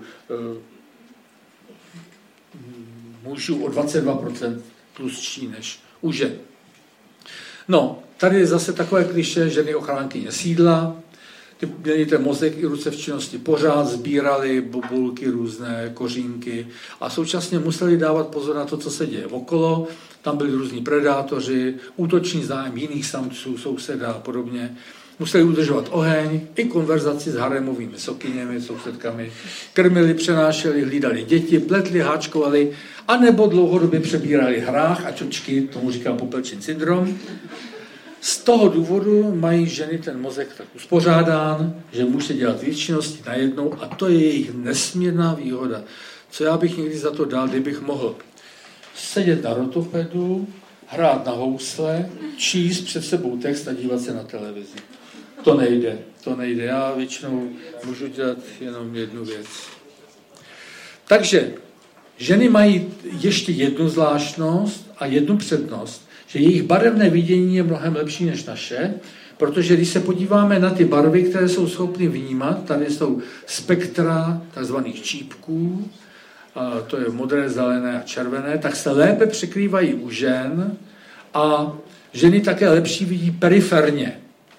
S2: mužů o 22% tlustší než u žen. No, tady je zase takové klišé, ženy ochránkyně sídla, ty měli ten mozek i ruce v činnosti pořád, sbírali bobulky, různé kořínky a současně museli dávat pozor na to, co se děje okolo. Tam byli různí predátoři, útoční zájem jiných samců, souseda a podobně. Museli udržovat oheň i konverzaci s harémovými sokyněmi, sousedkami. Krmili, přenášeli, hlídali děti, pletli, háčkovali, anebo dlouhodobě přebírali hrách a čočky, tomu říkám popelčin syndrom. Z toho důvodu mají ženy ten mozek tak uspořádán, že může dělat víc činností najednou a to je jejich nesmírná výhoda. Co já bych někdy za to dal, kdybych mohl sedět na rotopedu, hrát na housle, číst před sebou text a dívat se na televizi. To nejde. Já většinou můžu dělat jenom jednu věc. Takže ženy mají ještě jednu zvláštnost a jednu přednost, že jejich barevné vidění je mnohem lepší než naše, protože když se podíváme na ty barvy, které jsou schopny vnímat, tady jsou spektra takzvaných čípků, to je modré, zelené a červené, tak se lépe překrývají u žen a ženy také lepší vidí periferně.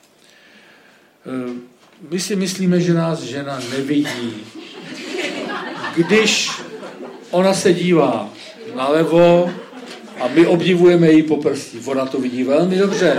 S2: My si myslíme, že nás žena nevidí. Když ona se dívá nalevo a my obdivujeme její poprsí, ona to vidí velmi dobře.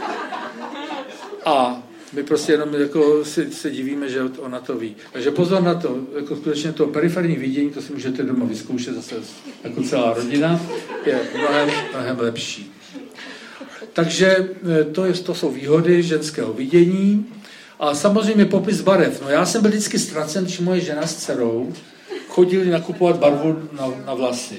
S2: A my prostě jenom jako se divíme, že ona to ví. Takže pozor na to, jako skutečně to periferní vidění, to si můžete doma vyzkoušet zase jako celá rodina, je mnohem lepší. Takže to jsou výhody ženského vidění. A samozřejmě popis barev. No já jsem byl vždycky ztracen, když moje žena s dcerou chodili nakupovat barvu na vlasy.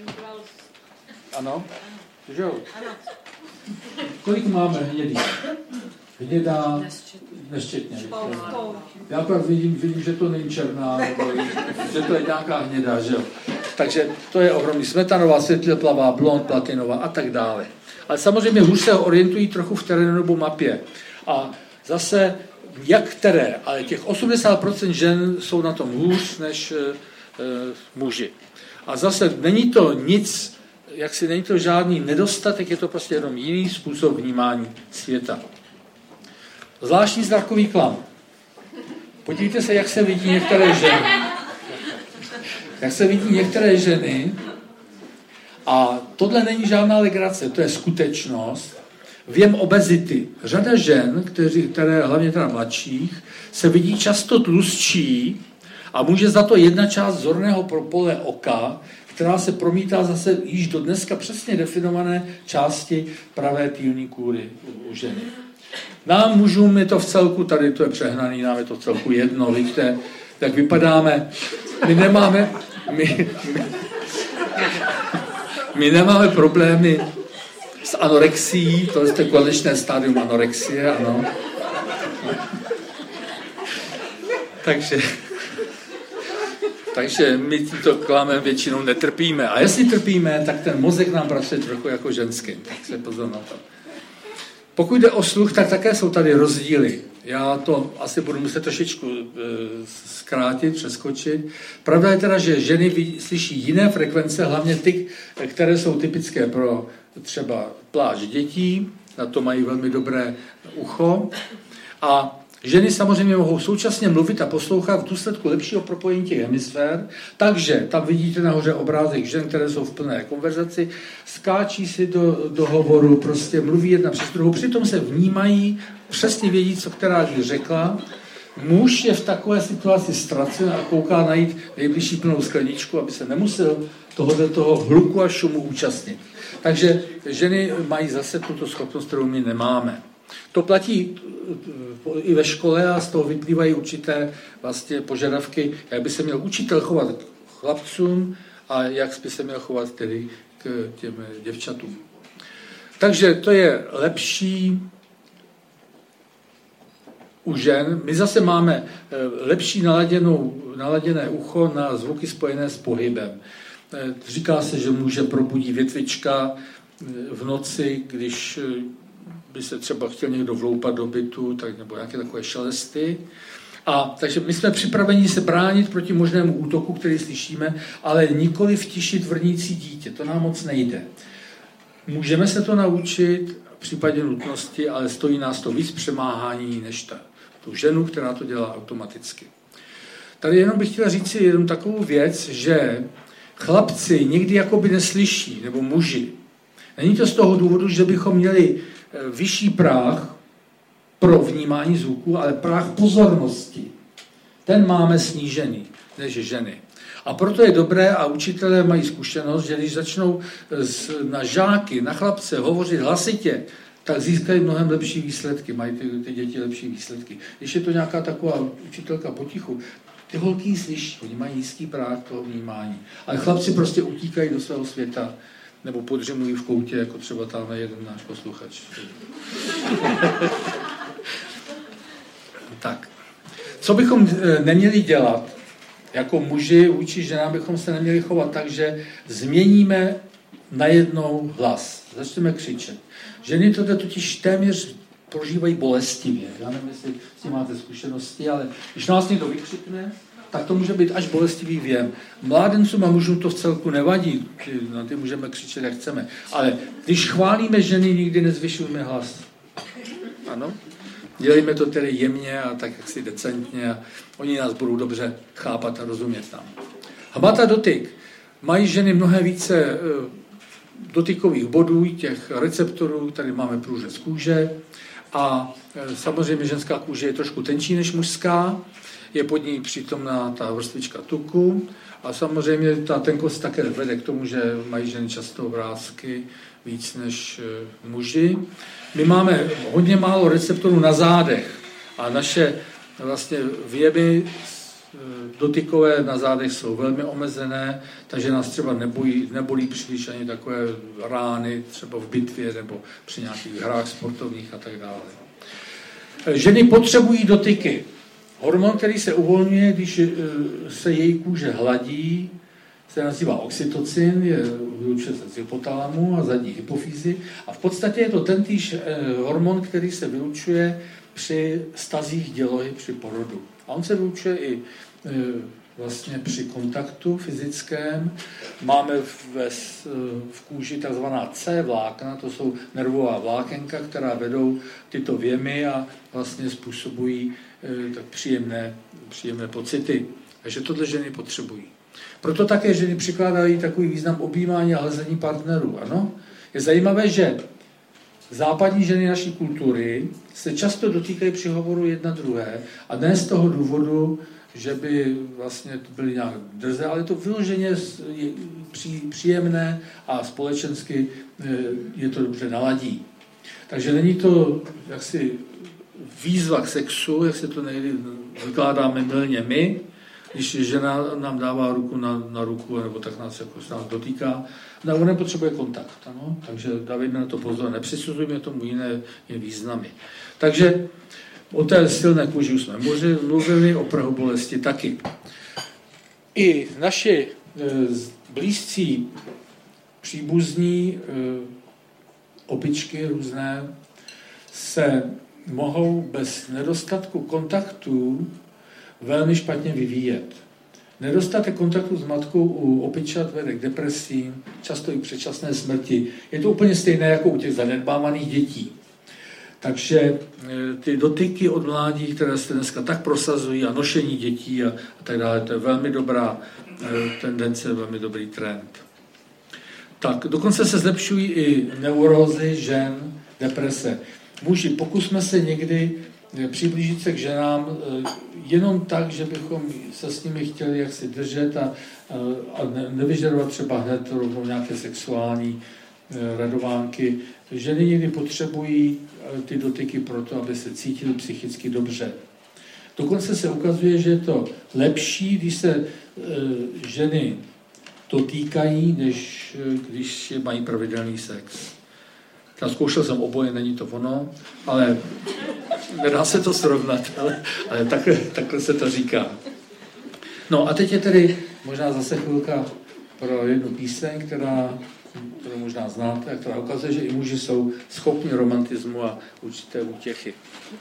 S2: Ano? Že jo? Kolik máme hnědý? Hnědá, nesčetně. Já pak vidím, že to není černá, nebo že to je nějaká hnědá, že jo? Takže to je ohromný. Smetanová, světleplavá, blond, platinová a tak dále. Ale samozřejmě hůř se orientují trochu v terénu nebo mapě. A zase, jak které, ale těch 80% žen jsou na tom hůř než muži. A zase není to nic, není to žádný nedostatek, je to prostě jenom jiný způsob vnímání světa. Zvláštní zrakový klam. Podívejte se, jak se vidí některé ženy. Jak se vidí některé ženy. A tohle není žádná legrace, to je skutečnost. Věm obezity. Řada žen, které hlavně teda mladších, se vidí často tlustší a může za to jedna část zorného pole oka, která se promítá zase již do dneska přesně definované části pravé týlní kůry u ženy. Nám mužům je to v celku, tady to je přehnaný, nám je to v celku jedno, vidíte, jak vypadáme. My nemáme problémy s anorexií, to je konečné stádium anorexie, ano. Takže my tímto klamem většinou netrpíme. A jestli trpíme, tak ten mozek nám pracuje trochu jako ženský. Tak se pozor na to. Pokud jde o sluch, tak také jsou tady rozdíly. Já to asi budu muset trošičku zkrátit, přeskočit. Pravda je teda, že ženy slyší jiné frekvence, hlavně ty, které jsou typické pro třeba pláč dětí, na to mají velmi dobré ucho. A ženy samozřejmě mohou současně mluvit a poslouchat v důsledku lepšího propojení těch hemisfér, takže tam vidíte nahoře obrázek žen, které jsou v plné konverzaci, skáčí si do hovoru, prostě mluví jedna přes druhou, přitom se vnímají, přesně vědí, co která jí řekla. Muž je v takové situaci ztracen a kouká najít nejbližší plnou skleničku, aby se nemusel toho hluku a šumu účastnit. Takže ženy mají zase tuto schopnost, kterou my nemáme. To platí i ve škole a z toho vyplývají určité vlastně požadavky, jak by se měl učitel chovat k chlapcům a jak by se měl chovat tedy k těm děvčatům. Takže to je lepší u žen. My zase máme lepší naladěné ucho na zvuky spojené s pohybem. Říká se, že může probudí větvička v noci, když by se třeba chtěl někdo vloupat do bytu, tak, nebo nějaké takové šelesty. Takže my jsme připraveni se bránit proti možnému útoku, který slyšíme, ale nikoli vtišit vrnící dítě. To nám moc nejde. Můžeme se to naučit v případě nutnosti, ale stojí nás to víc přemáhání než tu ženu, která to dělá automaticky. Tady jenom bych chtěla říct si jenom takovou věc, že chlapci někdy jakoby neslyší, nebo muži. Není to z toho důvodu, že bychom měli vyšší práh pro vnímání zvuku, ale práh pozornosti. Ten máme snížený, než ženy. A proto je dobré, a učitelé mají zkušenost, že když začnou na žáky, na chlapce hovořit hlasitě, tak získají mnohem lepší výsledky, mají ty děti lepší výsledky. Když je to nějaká taková učitelka potichu, ty holky slyší, oni mají nízký práh toho vnímání. Ale chlapci prostě utíkají do svého světa, nebo podřemují v koutě, jako třeba tam jeden náš posluchač. Tak. Co bychom neměli dělat jako muži vůči ženám, bychom se neměli chovat tak, že změníme najednou hlas. Začneme křičet. Ženy to totiž téměř prožívají bolestivě. Já nevím, jestli s tím máte zkušenosti, ale když nás někdo vykřikne, tak to může být až bolestivý věm. Mládencům a mužům to v celku nevadí, na ty můžeme křičet, jak chceme. Ale když chválíme ženy, nikdy nezvyšujeme hlas. Ano? Dělejme to tedy jemně a tak jaksi decentně a oni nás budou dobře chápat a rozumět nám. Hmat a dotyk. Mají ženy mnohem více dotykových bodů, těch receptorů, tady máme průřez kůže a samozřejmě ženská kůže je trošku tenčí než mužská, je pod ní přítomná ta vrstvička tuku a samozřejmě ta tenkost také vede k tomu, že mají ženy často vrásky víc než muži. My máme hodně málo receptorů na zádech a naše vlastně věmy dotykové na zádech jsou velmi omezené, takže nás třeba nebolí příliš ani takové rány, třeba v bitvě nebo při nějakých hrách sportovních a tak dále. Ženy potřebují dotyky. Hormon, který se uvolňuje, když se její kůže hladí, se nazývá oxytocin, vylučuje se z hypotalamu a zadní hypofýzy. A v podstatě je to tentýž hormon, který se vylučuje při stazích dělohy při porodu. A on se vylučuje i vlastně při kontaktu fyzickém. Máme v kůži takzvaná C vlákna, to jsou nervová vlákenka, která vedou tyto věmy a vlastně způsobují tak příjemné pocity. Takže tohle ženy potřebují. Proto také ženy přikládají takový význam objímání a hlazení partnerů. Ano? Je zajímavé, že západní ženy naší kultury se často dotýkají při hovoru jedna druhé a ne z toho důvodu, že by vlastně byly nějak drze, ale to vyloženě příjemné a společensky je to dobře naladí. Takže není to jaksi výzva k sexu, jak se to někdy vykládáme mylně my, Když žena nám dává ruku na ruku, nebo tak nás jako se nás dotýká, no, ona potřebuje kontakt. Ano? Takže dávejme na to pozor, nepřisuzujeme tomu jiné významy. Takže o té silné kůži už jsme mluvili, o prahu bolesti taky. I naši blízcí příbuzní opičky různé se mohou bez nedostatku kontaktů velmi špatně vyvíjet. Nedostatek kontaktu s matkou u opičat vede k depresím, často i předčasné smrti. Je to úplně stejné jako u těch zanedbávaných dětí. Takže ty dotyky od mládí, které se dneska tak prosazují, a nošení dětí a tak dále, to je velmi dobrá tendence, velmi dobrý trend. Tak, dokonce se zlepšují i neurózy žen, deprese. Muži, pokusme se někdy přiblížit se k ženám jenom tak, že bychom se s nimi chtěli jaksi držet a nevyžadovat třeba hned rovnou nějaké sexuální radovánky. Ženy někdy potřebují ty dotyky proto, aby se cítily psychicky dobře. Dokonce se ukazuje, že je to lepší, když se ženy dotýkají, než když mají pravidelný sex. Já zkoušel jsem oboje, není to ono, ale nedá se to srovnat, ale takhle se to říká. No a teď je tedy možná zase chvilka pro jednu píseň, kterou možná znáte, a která ukazuje, že i muži jsou schopni romantismu a určité útěchy.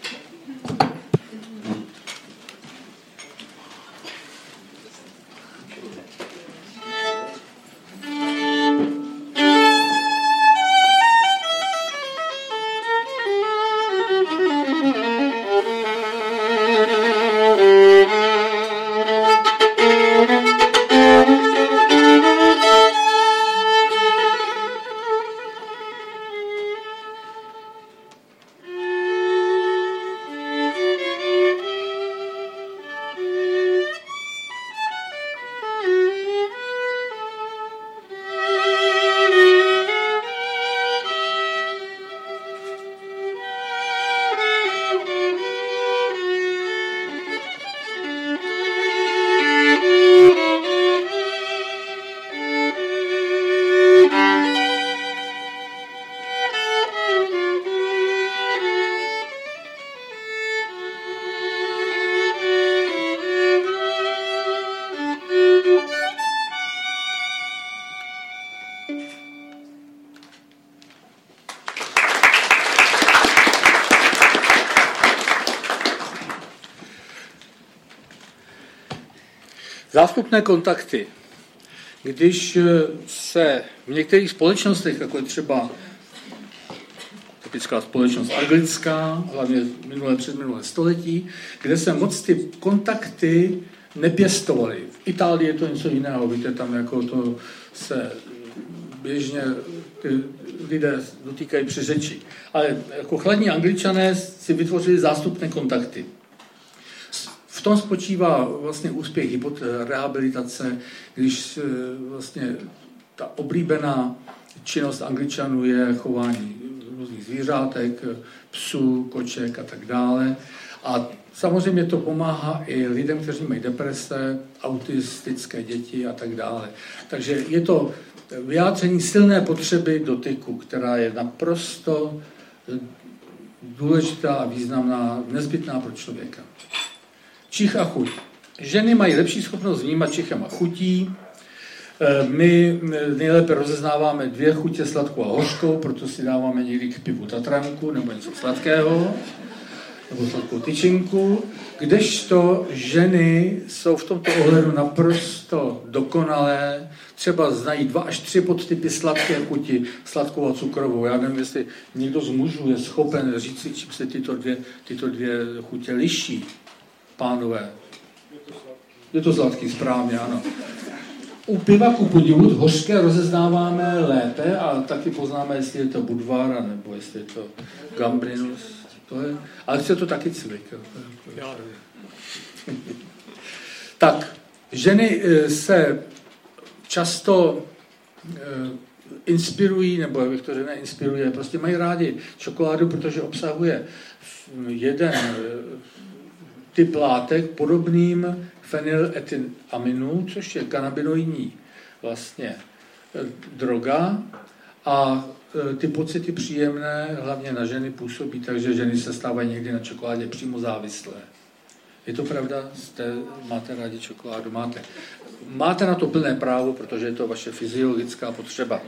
S2: Zástupné kontakty. Když se v některých společnostech, jako je třeba typická společnost anglická, hlavně předminulé století, kde se moc ty kontakty nepěstovaly. V Itálii je to něco jiného, víte, tam jako to se běžně ty lidé dotýkají při řeči. Ale jako chladní Angličané si vytvořili zástupné kontakty. V tom spočívá vlastně úspěch rehabilitace, když vlastně ta oblíbená činnost Angličanů je chování různých zvířátek, psů, koček a tak dále. A samozřejmě to pomáhá i lidem, kteří mají deprese, autistické děti a tak dále. Takže je to vyjádření silné potřeby dotyku, která je naprosto důležitá a významná, nezbytná pro člověka. Čich a chuť. Ženy mají lepší schopnost vnímat čichem a chutí. My nejlépe rozeznáváme dvě chutě, sladkou a hořkou, proto si dáváme někdy k pivu tatranku nebo něco sladkého, nebo sladkou tyčinku, kdežto ženy jsou v tomto ohledu naprosto dokonalé, třeba znají 2 až 3 podtypy sladké chuti, sladkou a cukrovou. Já nevím, jestli někdo z mužů je schopen říct si, čím se tyto dvě chutě liší. Pánové. Je to sladký, správně, ano. U piva ku podivu hořké rozeznáváme lépe a taky poznáme, jestli je to Budvar, nebo jestli je to Gambrinus. To je, ale chce to taky cvik. Tak, ženy se často inspirují, nebo jak to řekne, inspiruje, prostě mají rádi čokoládu, protože obsahuje jeden typ látek podobným fenylethylaminu, což je kanabinoidní vlastně droga a ty pocity příjemné hlavně na ženy působí, takže ženy se stávají někdy na čokoládě přímo závislé. Je to pravda? Máte rádi čokoládu? Máte na to plné právo, protože je to vaše fyziologická potřeba.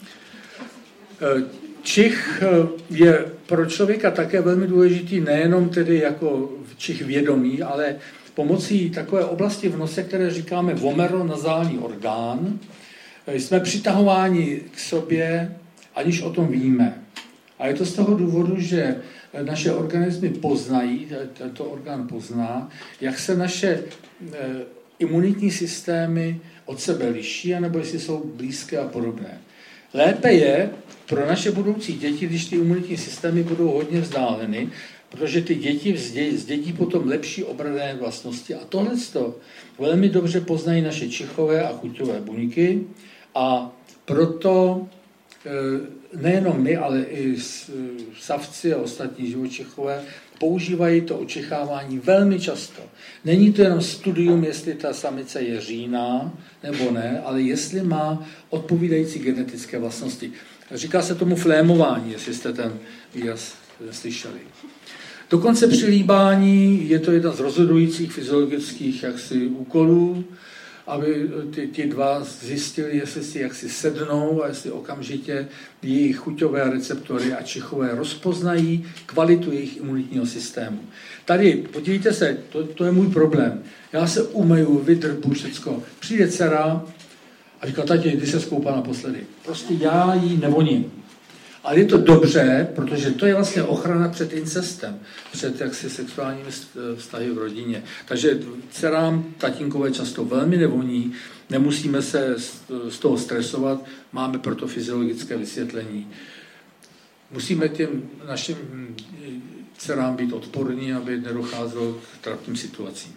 S2: Čich je pro člověka také velmi důležitý, nejenom tedy jako čich vědomí, ale pomocí takové oblasti v nose, které říkáme vomeronazální orgán, jsme přitahováni k sobě, aniž o tom víme. A je to z toho důvodu, že naše organismy poznají, tento orgán pozná, jak se naše imunitní systémy od sebe liší, anebo jestli jsou blízké a podobné. Lépe je pro naše budoucí děti, když ty imunitní systémy budou hodně vzdáleny, protože ty děti zdědí potom lepší obranné vlastnosti. A tohle velmi dobře poznají naše čichové a chuťové buňky a proto nejenom my, ale i savci a ostatní živočichové používají to očichávání velmi často. Není to jenom studium, jestli ta samice je říjná nebo ne, ale jestli má odpovídající genetické vlastnosti. Říká se tomu flémování, jestli jste ten výraz slyšeli. Dokonce při líbání je to jedna z rozhodujících fyziologických úkolů, aby ti dva zjistili, jestli si jaksi sednou a jestli okamžitě jejich chuťové receptory a čichové rozpoznají kvalitu jejich imunitního systému. Tady, podívejte se, to je můj problém. Já se umeju, vydrbu všecko. Přijde dcera a říká, tati, kdy se skoupá naposledy? Prostě já jí nevoním. Ale je to dobře, protože to je vlastně ochrana před incestem, před jaksi sexuálními vztahy v rodině. Takže dcerám tatínkové často velmi nevoní, nemusíme se z toho stresovat, máme proto fyziologické vysvětlení. Musíme těm našim dcerám být odporní, aby nedocházelo k trapným situacím.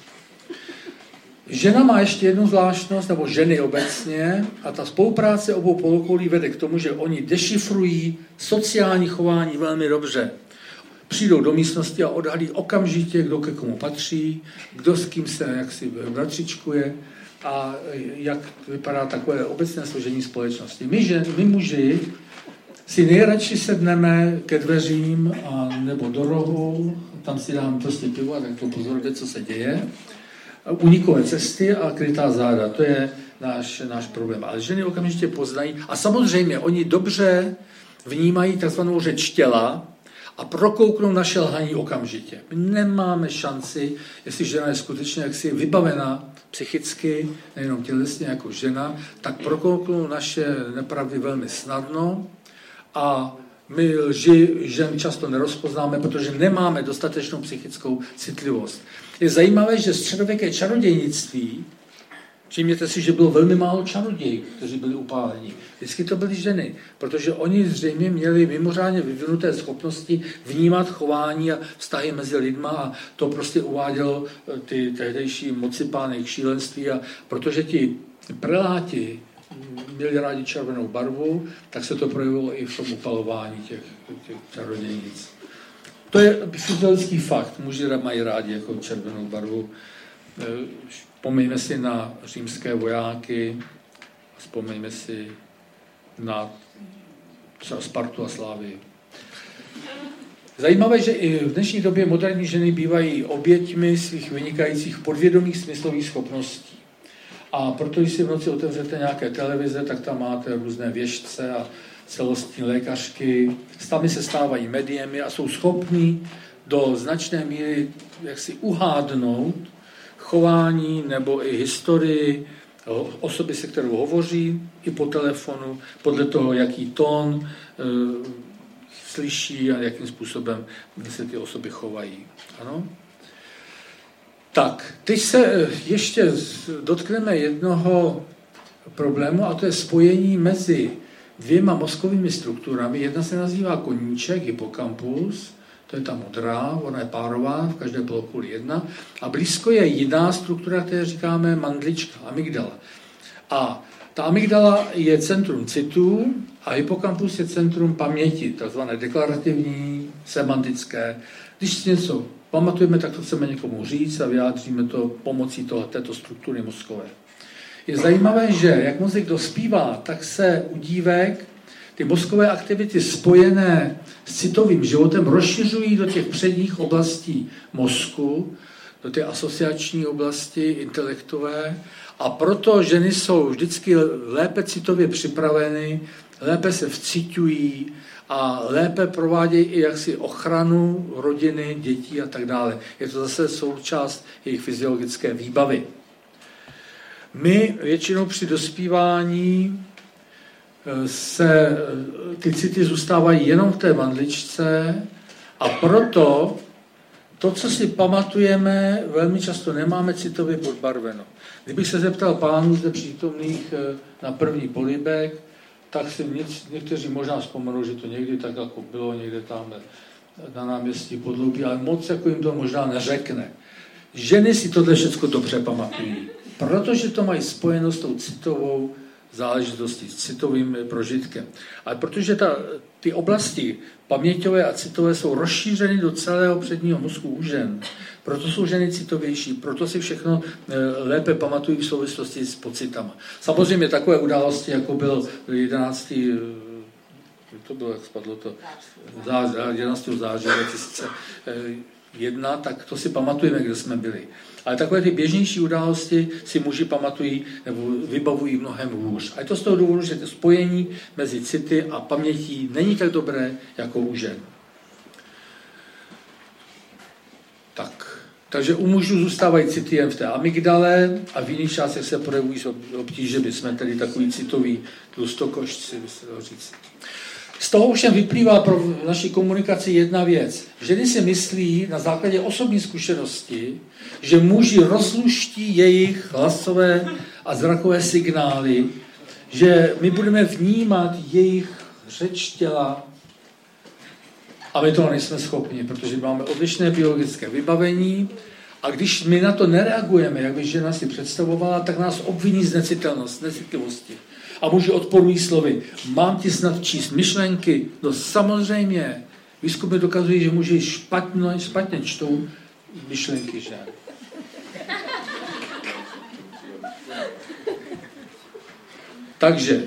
S2: Žena má ještě jednu zvláštnost, nebo ženy obecně, a ta spolupráce obou polokoulí vede k tomu, že oni dešifrují sociální chování velmi dobře. Přijdou do místnosti a odhalí okamžitě, kdo ke komu patří, kdo s kým se jaksi bratřičkuje a jak vypadá takové obecné složení společnosti. My muži si nejradši sedneme ke dveřím a nebo do rohu, tam si dám prostě pivo a tak to pozorujete, co se děje. Unikové cesty a krytá záda, to je náš problém. Ale ženy okamžitě poznají a samozřejmě oni dobře vnímají takzvanou řeč těla a prokouknou naše lhaní okamžitě. My nemáme šanci, jestli žena je skutečně jaksi vybavená psychicky, nejenom tělesně jako žena, tak prokouknou naše nepravdy velmi snadno a my lži žen často nerozpoznáme, protože nemáme dostatečnou psychickou citlivost. Je zajímavé, že středověké čarodějnictví, všimněte si, že bylo velmi málo čarodějů, kteří byli upáleni. Vždycky to byly ženy, protože oni zřejmě měli mimořádně vyvinuté schopnosti vnímat chování a vztahy mezi lidma a to prostě uvádělo ty tehdejší mocipány k šílenství a protože ti preláti měli rádi červenou barvu, tak se to projevilo i v tom upalování těch čarodějnic. To je fyziologický fakt. Muži mají rádi jako červenou barvu. Vzpomeňme si na římské vojáky, vzpomeňme si na Spartu a Slávii. Zajímavé, že i v dnešní době moderní ženy bývají oběťmi svých vynikajících podvědomých smyslových schopností. A proto, když si v noci otevřete nějaké televize, tak tam máte různé věštce a celostní lékařky. Sami se stávají médiemi a jsou schopní do značné míry jaksi uhádnout chování nebo i historii osoby, se kterou hovoří, i po telefonu, podle toho, jaký tón slyší a jakým způsobem se ty osoby chovají. Ano? Tak, teď se ještě dotkneme jednoho problému, a to je spojení mezi dvěma mozkovými strukturami. Jedna se nazývá koníček, hypokampus, to je ta modrá, ona je párová, v každé polokouli jedna. A blízko je jiná struktura, které říkáme mandlička, amygdala. A ta amygdala je centrum citů a hypokampus je centrum paměti, takzvané deklarativní, semantické. Když něco pamatujeme, tak to chceme někomu říct a vyjádříme to pomocí této struktury mozkové. Je zajímavé, že jak mozek dospívá, tak se u dívek ty mozkové aktivity spojené s citovým životem rozšiřují do těch předních oblastí mozku, do té asociační oblasti intelektové, a proto ženy jsou vždycky lépe citově připraveny, lépe se vciťují a lépe provádějí i jaksi ochranu rodiny, dětí a tak dále. Je to zase součást jejich fyziologické výbavy. My většinou při dospívání ty city zůstávají jenom v té mandličce a proto to, co si pamatujeme, velmi často nemáme citově podbarveno. Kdybych se zeptal pánů zde přítomných na první polibek, tak si někteří možná vzpomenou, že to někdy tak jako bylo, někde tam na náměstí Podloubí, ale moc jako jim to možná neřekne. Ženy si tohle všechno dobře pamatují, protože to mají spojeno s tou citovou záležitostí, s citovým prožitkem. Ale protože ty oblasti paměťové a citové jsou rozšířeny do celého předního mozku u žen, proto jsou ženy citovější, proto si všechno lépe pamatují v souvislosti s pocitama. Samozřejmě takové události, jako byl 11. To bylo, jak spadlo to, 11. září 2001, tak to si pamatujeme, kde jsme byli. Ale takové ty běžnější události si muži pamatují nebo vybavují mnohem hůř. A je to z toho důvodu, že to spojení mezi city a pamětí není tak dobré jako u žen. Takže u mužů zůstávají city jen v té amygdale a v jiných částech se projevují obtíže, by jsme tedy takový citový tlustokošci, by se dalo říct. Z toho ovšem vyplývá pro naši komunikaci jedna věc. Ženy si myslí na základě osobní zkušenosti, že muži rozluští jejich hlasové a zrakové signály, že my budeme vnímat jejich řeč těla a my toho nejsme schopni, protože máme odlišné biologické vybavení a když my na to nereagujeme, jak by žena si představovala, tak nás obviní z necitlivosti. A muži odporují slovy, mám ti snad číst myšlenky? No samozřejmě. Výzkumy dokazují, že muži špatně čtou myšlenky žen. Takže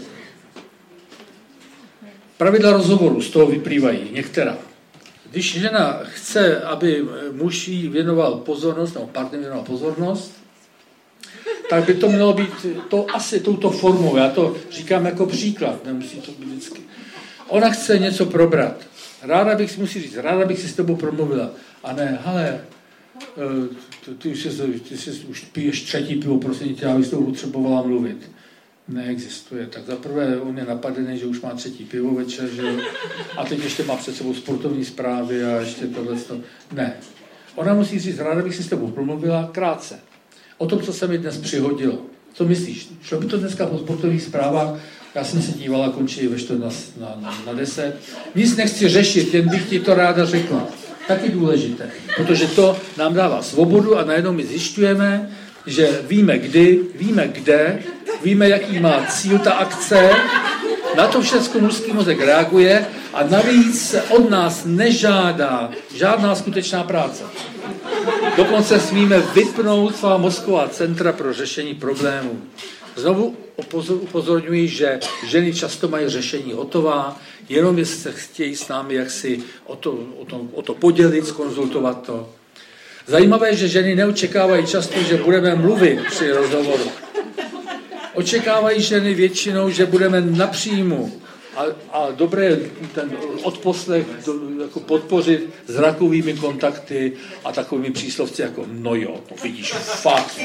S2: pravidla rozhovoru z toho vyplývají některá. Když žena chce, aby muž jí věnoval pozornost, nebo partner věnoval pozornost, tak by to mělo být to asi touto formou. Já to říkám jako příklad, nemusí to být vždycky. Ona chce něco probrat. Ráda bych si s tebou promluvila. A ne, hele, ty už piješ třetí pivo, prosím tě, já bych s tebou potřebovala mluvit. Neexistuje. Tak zaprvé on je napadený, že už má třetí pivo večer, že? A teď ještě má před sebou sportovní zprávy a ještě tohleto. Ne. Ona musí říct, ráda bych si s tebou promluvila krátce. O tom, co se mi dnes přihodilo. Co myslíš? Šlo by to dneska po sportovních zprávách? Já jsem se dívala, končí ve 4 na 10. Nic nechci řešit, jen bych ti to ráda řekla. Taky důležité, protože to nám dává svobodu a najednou my zjišťujeme, že víme kdy, víme kde, víme, jaký má cíl ta akce, na to všechno mužský mozek reaguje a navíc se od nás nežádá žádná skutečná práce. Dokonce smíme vypnout svá mozková centra pro řešení problémů. Znovu upozorňuji, že ženy často mají řešení hotová, jenom jestli se chtějí s námi jaksi o to podělit, zkonzultovat to. Zajímavé je, že ženy neočekávají často, že budeme mluvit při rozhovoru. Očekávají ženy většinou, že budeme napříjmu a dobré ten odposlech jako podpořit zrakovými kontakty a takovými příslovci jako no jo, to vidíš, fakt.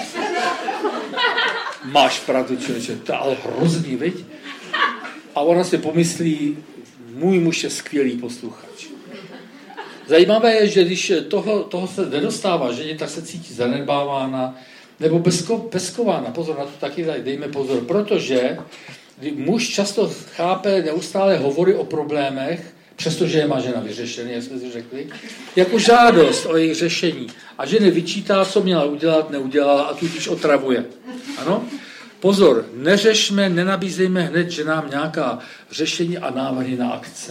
S2: Máš pravdu, člověče, to je ale hrozný, viď? A ona si pomyslí, můj muž je skvělý posluchač. Zajímavé je, že když toho se nedostává ženě, tak se cítí zanedbávána nebo peskována. Pozor, na to taky dejme pozor, protože muž často chápe neustále hovory o problémech, přestože je má žena vyřešený, jak jsme si řekli, jako žádost o jejich řešení. A žena vyčítá, co měla udělat, neudělala a tudíž otravuje. Ano? Pozor, neřešme, nenabízejme hned ženám nějaká řešení a návrhy na akce.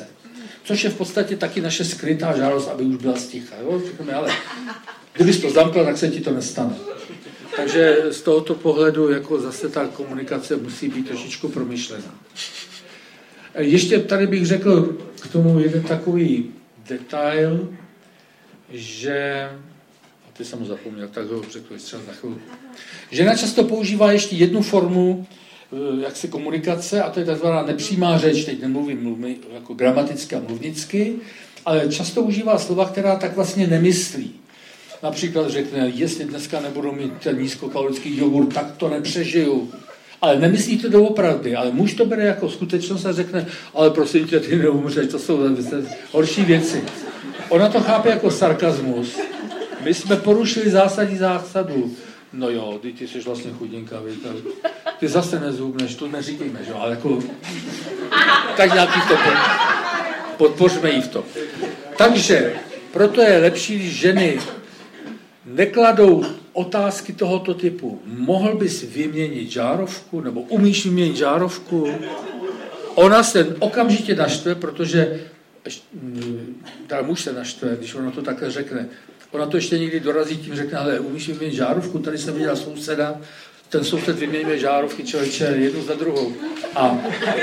S2: což je v podstatě taky naše skrytá žádost, aby už byla sticha. Jo? Říkáme, ale kdybys to zamkl, tak se ti to nestane. Takže z tohoto pohledu jako zase ta komunikace musí být trošičku promyšlená. Ještě tady bych řekl k tomu jeden takový detail, že, a ty jsem ho zapomněl, tak ho řekl třeba za chvíli. Žena často používá ještě jednu formu jaksi komunikace, a to je takzvaná nepřímá řeč, teď nemluvím jako gramaticky a mluvnicky, ale často užívá slova, která tak vlastně nemyslí. Například řekne, jestli dneska nebudu mít ten nízkokalorický jogurt, tak to nepřežiju. Ale nemyslí to doopravdy, ale muž to bere jako skutečnost a řekne, ale prosím tě, ty neumřeš, to jsou horší věci. Ona to chápe jako sarkazmus. My jsme porušili zásadu. No jo, ty jsi vlastně chudinka, ty zase nezhubneš, to neříkejme, že jo, ale jako, tak nějaký to podpořme jí v tom. Takže proto je lepší, když ženy nekladou otázky tohoto typu. Mohl bys vyměnit žárovku, nebo umíš vyměnit žárovku? Ona se okamžitě naštve, protože teda muž se naštve, když ona to takhle řekne. Ona to ještě někdy dorazí tím, řekne, ale umíš vyměnit žárovku? Tady jsem viděla souseda, ten soused vyměňuje žárovky, člověče, jednu za druhou. A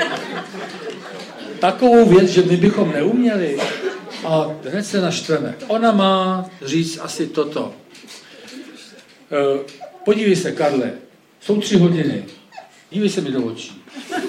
S2: takovou věc, že my bychom neuměli, a hned se naštveme. Ona má říct asi toto. Podívej se, Karle, jsou 3 hodiny. Dívej se mi do očí.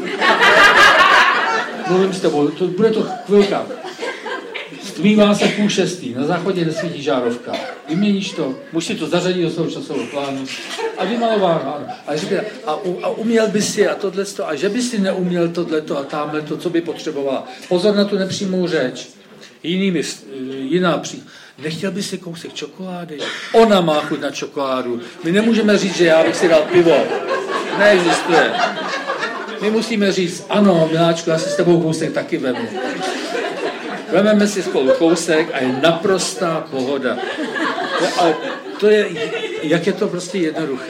S2: Mluvím s tebou, bude to chvilka. Stmívá se 5:30, na záchodě nesvítí žárovka. Vyměníš to, můžeš si to zařadit do svého časového plánu a vymalováno, ano. A uměl by si a tohleto, a že by si neuměl tohleto a támhleto, co by potřebovala. Pozor na tu nepřímou řeč. Jiná nechtěl by si kousek čokolády? Ona má chuť na čokoládu. My nemůžeme říct, že já bych si dal pivo. Neexistuje. My musíme říct, ano, miláčku, já si s tebou kousek taky vemu. Vememe si spolu kousek a je naprostá pohoda. Ale to je, jak je to prostě jednoduché.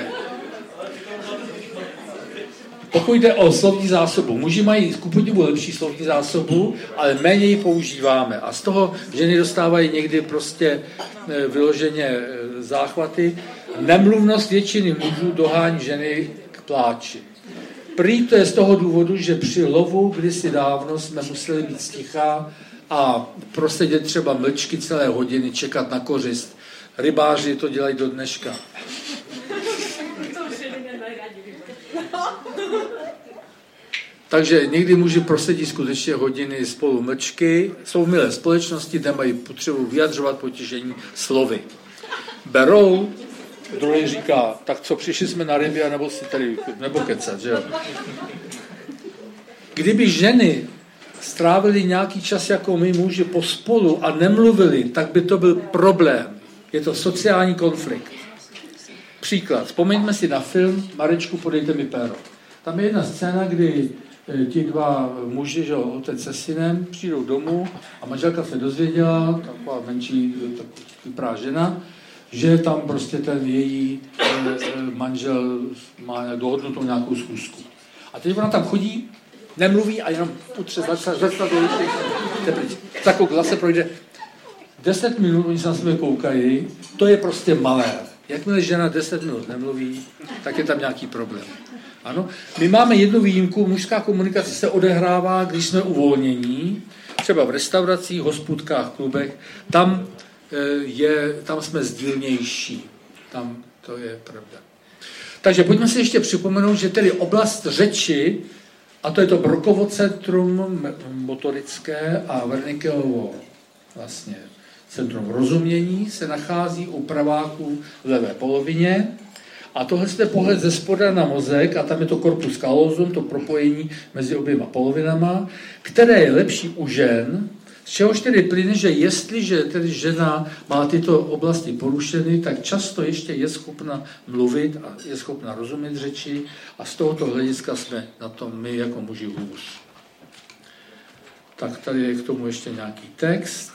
S2: Pokud jde o slovní zásobu, muži mají kupodivu lepší slovní zásobu, ale méně ji používáme. A z toho ženy dostávají někdy prostě vyloženě záchvaty. Nemluvnost většiny mužů dohání ženy k pláči. Prý to je z toho důvodu, že při lovu kdysi dávno jsme museli být sticha a prosedět třeba mlčky celé hodiny, čekat na kořist. Rybáři to dělají do dneška. Takže někdy muži prosedí skutečně hodiny spolu mlčky, jsou v milé společnosti, nemají potřebu vyjadřovat potěšení slovy. Berou, druhý říká, tak co, přišli jsme na ryby, nebo kecat, že jo? Kdyby ženy strávili nějaký čas jako my muži pospolu a nemluvili, tak by to byl problém. Je to sociální konflikt. Příklad. Vzpomeňme si na film Marečku, podejte mi péro. Tam je jedna scéna, kdy ti 2 muži, že otec se synem, přijdou domů a manželka se dozvěděla, taková menší vyprá žena, že tam prostě ten její manžel má dohodnutou nějakou schůzku. A teď ona tam chodí, nemluví a jenom utře zrcadlo, takovou zase projde 10 minut, oni se na sebe koukají, to je prostě malé. Jakmile žena 10 minut nemluví, tak je tam nějaký problém. Ano, my máme jednu výjimku, mužská komunikace se odehrává, když jsme uvolnění, třeba v restauracích, hospůdkách, klubech, tam jsme sdílnější. Tam to je pravda. Takže pojďme si ještě připomenout, že tedy oblast řeči, a to je to Brockovo centrum motorické a Wernickeovo vlastně centrum rozumění, se nachází u praváků v levé polovině. A tohle je pohled ze spoda na mozek a tam je to corpus callosum, to propojení mezi oběma polovinama, které je lepší u žen, z čehož tedy plyne, že jestliže tedy žena má tyto oblasti porušeny, tak často ještě je schopna mluvit a je schopna rozumět řeči a z tohoto hlediska jsme na tom my jako muži hůř. Tak tady je k tomu ještě nějaký text.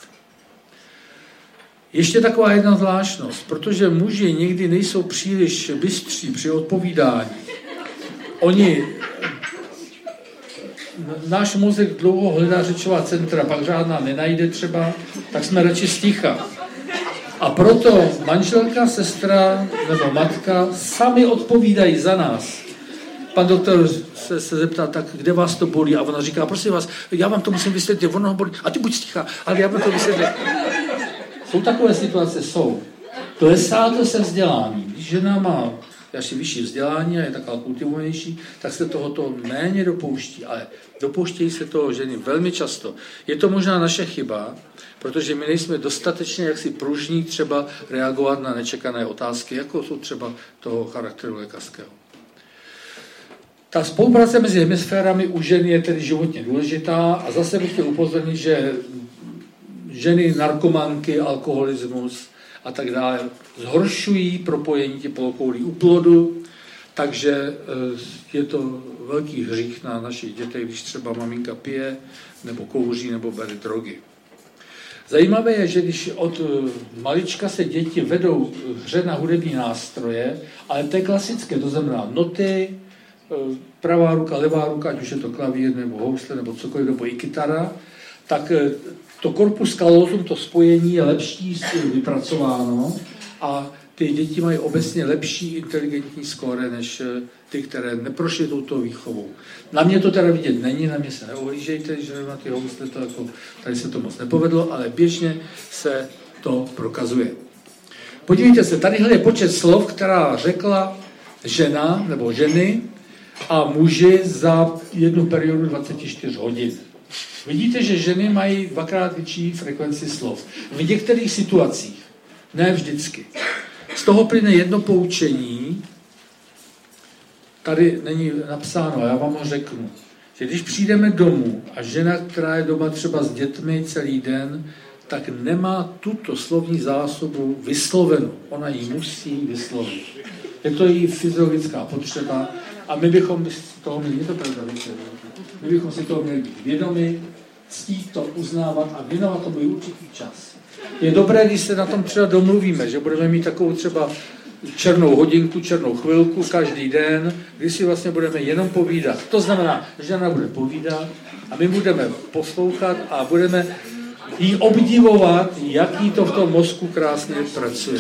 S2: Ještě taková jedna zvláštnost, protože muži někdy nejsou příliš bystří při odpovídání. Oni náš mozek dlouho hledá řečová centra, pak žádná nenajde třeba, tak jsme radši sticha. A proto manželka, sestra nebo matka sami odpovídají za nás. Pan doktor se zeptá, tak kde vás to bolí? A ona říká, prosím vás, já vám to musím vysvětlit, ono bolí. A ty buď sticha, ale já vám to vysvětlit. Jsou takové situace, jsou. Klesá to se vzdělání. Když žena má asi vyšší vzdělání a je taková kultivovanější, tak se tohoto méně dopouští, ale dopouštějí se toho ženy velmi často. Je to možná naše chyba, protože my nejsme dostatečně jaksi pružní třeba reagovat na nečekané otázky, jako jsou třeba toho charakteru lékařského. Ta spolupráce mezi hemisférami u žen je tedy životně důležitá a zase bych chtěl upozornit, že ženy, narkomanky, alkoholismus a tak dále zhoršují propojení polokoulí u plodu, takže je to velký hřích na našich dětech, když třeba maminka pije, nebo kouří, nebo bere drogy. Zajímavé je, že když od malička se děti vedou hře na hudební nástroje, ale to je klasické, to znamená noty, pravá ruka, levá ruka, ať už je to klavír, nebo housle, nebo cokoliv, nebo i kytara, tak to corpus callosum, to spojení je lepší vypracováno a ty děti mají obecně lepší inteligentní skóre než ty, které neprošly touto výchovou. Na mě to teda vidět není, na mě se neohlížejte, že na ty housle to jako, tady se to moc nepovedlo, ale běžně se to prokazuje. Podívejte se, tadyhle je počet slov, která řekla žena nebo ženy a muži za jednu periodu 24 hodin. Vidíte, že ženy mají dvakrát větší frekvenci slov. V některých situacích, ne vždycky. Z toho plyne jedno poučení, tady není napsáno, já vám ho řeknu, že když přijdeme domů a žena, která je doma třeba s dětmi celý den, tak nemá tuto slovní zásobu vyslovenou. Ona ji musí vyslovit. Je to její fyziologická potřeba a my bychom si toho měli, je to pravda, my bychom si toho měli být vědomi, ctít to, uznávat a věnovat tomu určitý čas. Je dobré, když se na tom třeba domluvíme, že budeme mít takovou třeba černou hodinku, černou chvilku každý den, kdy si vlastně budeme jenom povídat. To znamená, že žena bude povídat a my budeme poslouchat a budeme jí obdivovat, jaký to v tom mozku krásně pracuje.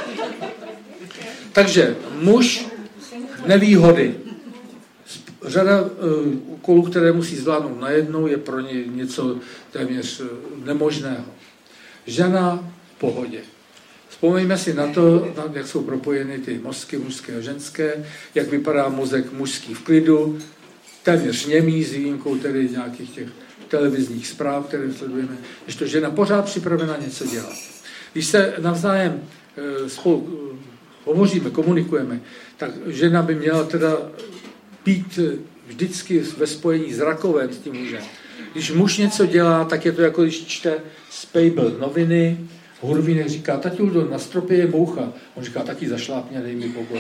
S2: Takže muž nevýhody. Řada úkolů, které musí zvládnout najednou, je pro ně něco téměř nemožného. Žena v pohodě. Vzpomeňme si na to, jak jsou propojeny ty mozky mužské a ženské, jak vypadá mozek mužský v klidu, téměř němý, s výjimkou tedy nějakých těch televizních zpráv, které sledujeme, že to žena pořád připravena něco dělat. Když se navzájem spolu hovoříme, komunikujeme, tak žena by měla teda být vždycky ve spojení zrakovém s tím mužem. Když muž něco dělá, tak je to jako když čte z Pejbl noviny, Hurvínek říká, tati Udo, na stropě je moucha. On říká, taky zašlápně, dej mi pokoj.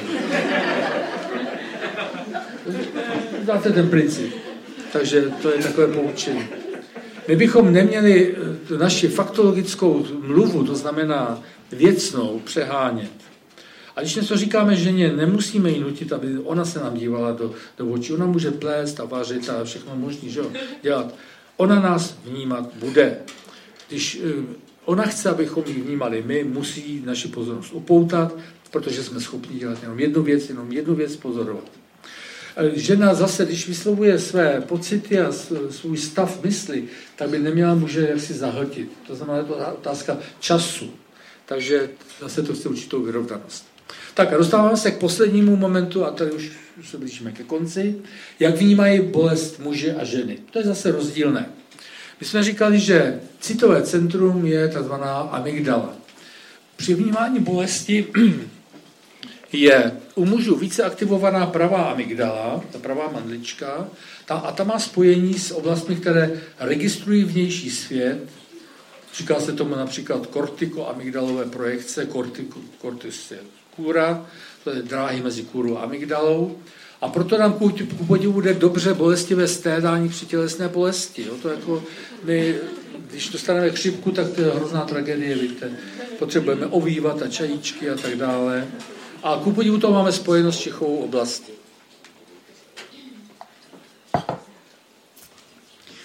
S2: Znáte ten princip. Takže to je takové poučení. My bychom neměli naši faktologickou mluvu, to znamená věcnou, přehánět. A když něco říkáme ženě, nemusíme jí nutit, aby ona se nám dívala do očí. Ona může plést a vařit a všechno možný, že dělat. Ona nás vnímat bude. Když ona chce, abychom ji vnímali my, musí naši pozornost upoutat, protože jsme schopni dělat jenom jednu věc pozorovat. Žena zase, když vyslovuje své pocity a svůj stav mysli, tak by neměla muže jaksi zahltit. To znamená, to je otázka času. Takže zase to chce určitou vyrovnanost. Tak a dostáváme se k poslednímu momentu, a tady už se blížíme ke konci, jak vnímají bolest muži a ženy. To je zase rozdílné. My jsme říkali, že citové centrum je tzv. Amygdala. Při vnímání bolesti je u mužů více aktivovaná pravá amygdala, ta pravá mandlička, a ta má spojení s oblastmi, které registrují vnější svět. Říká se tomu například kortikoamygdalové projekce, kortis je kůra, to je dráhy mezi kůrou a amygdalou. A proto nám ku podivu bude dobře bolestivé stédání při tělesné bolesti. Jo? To jako my, když dostaneme chřipku, tak to je hrozná tragédie, víte. Potřebujeme ovývat a čajíčky a tak dále. A ku podivu to máme spojenost s čichovou oblastí.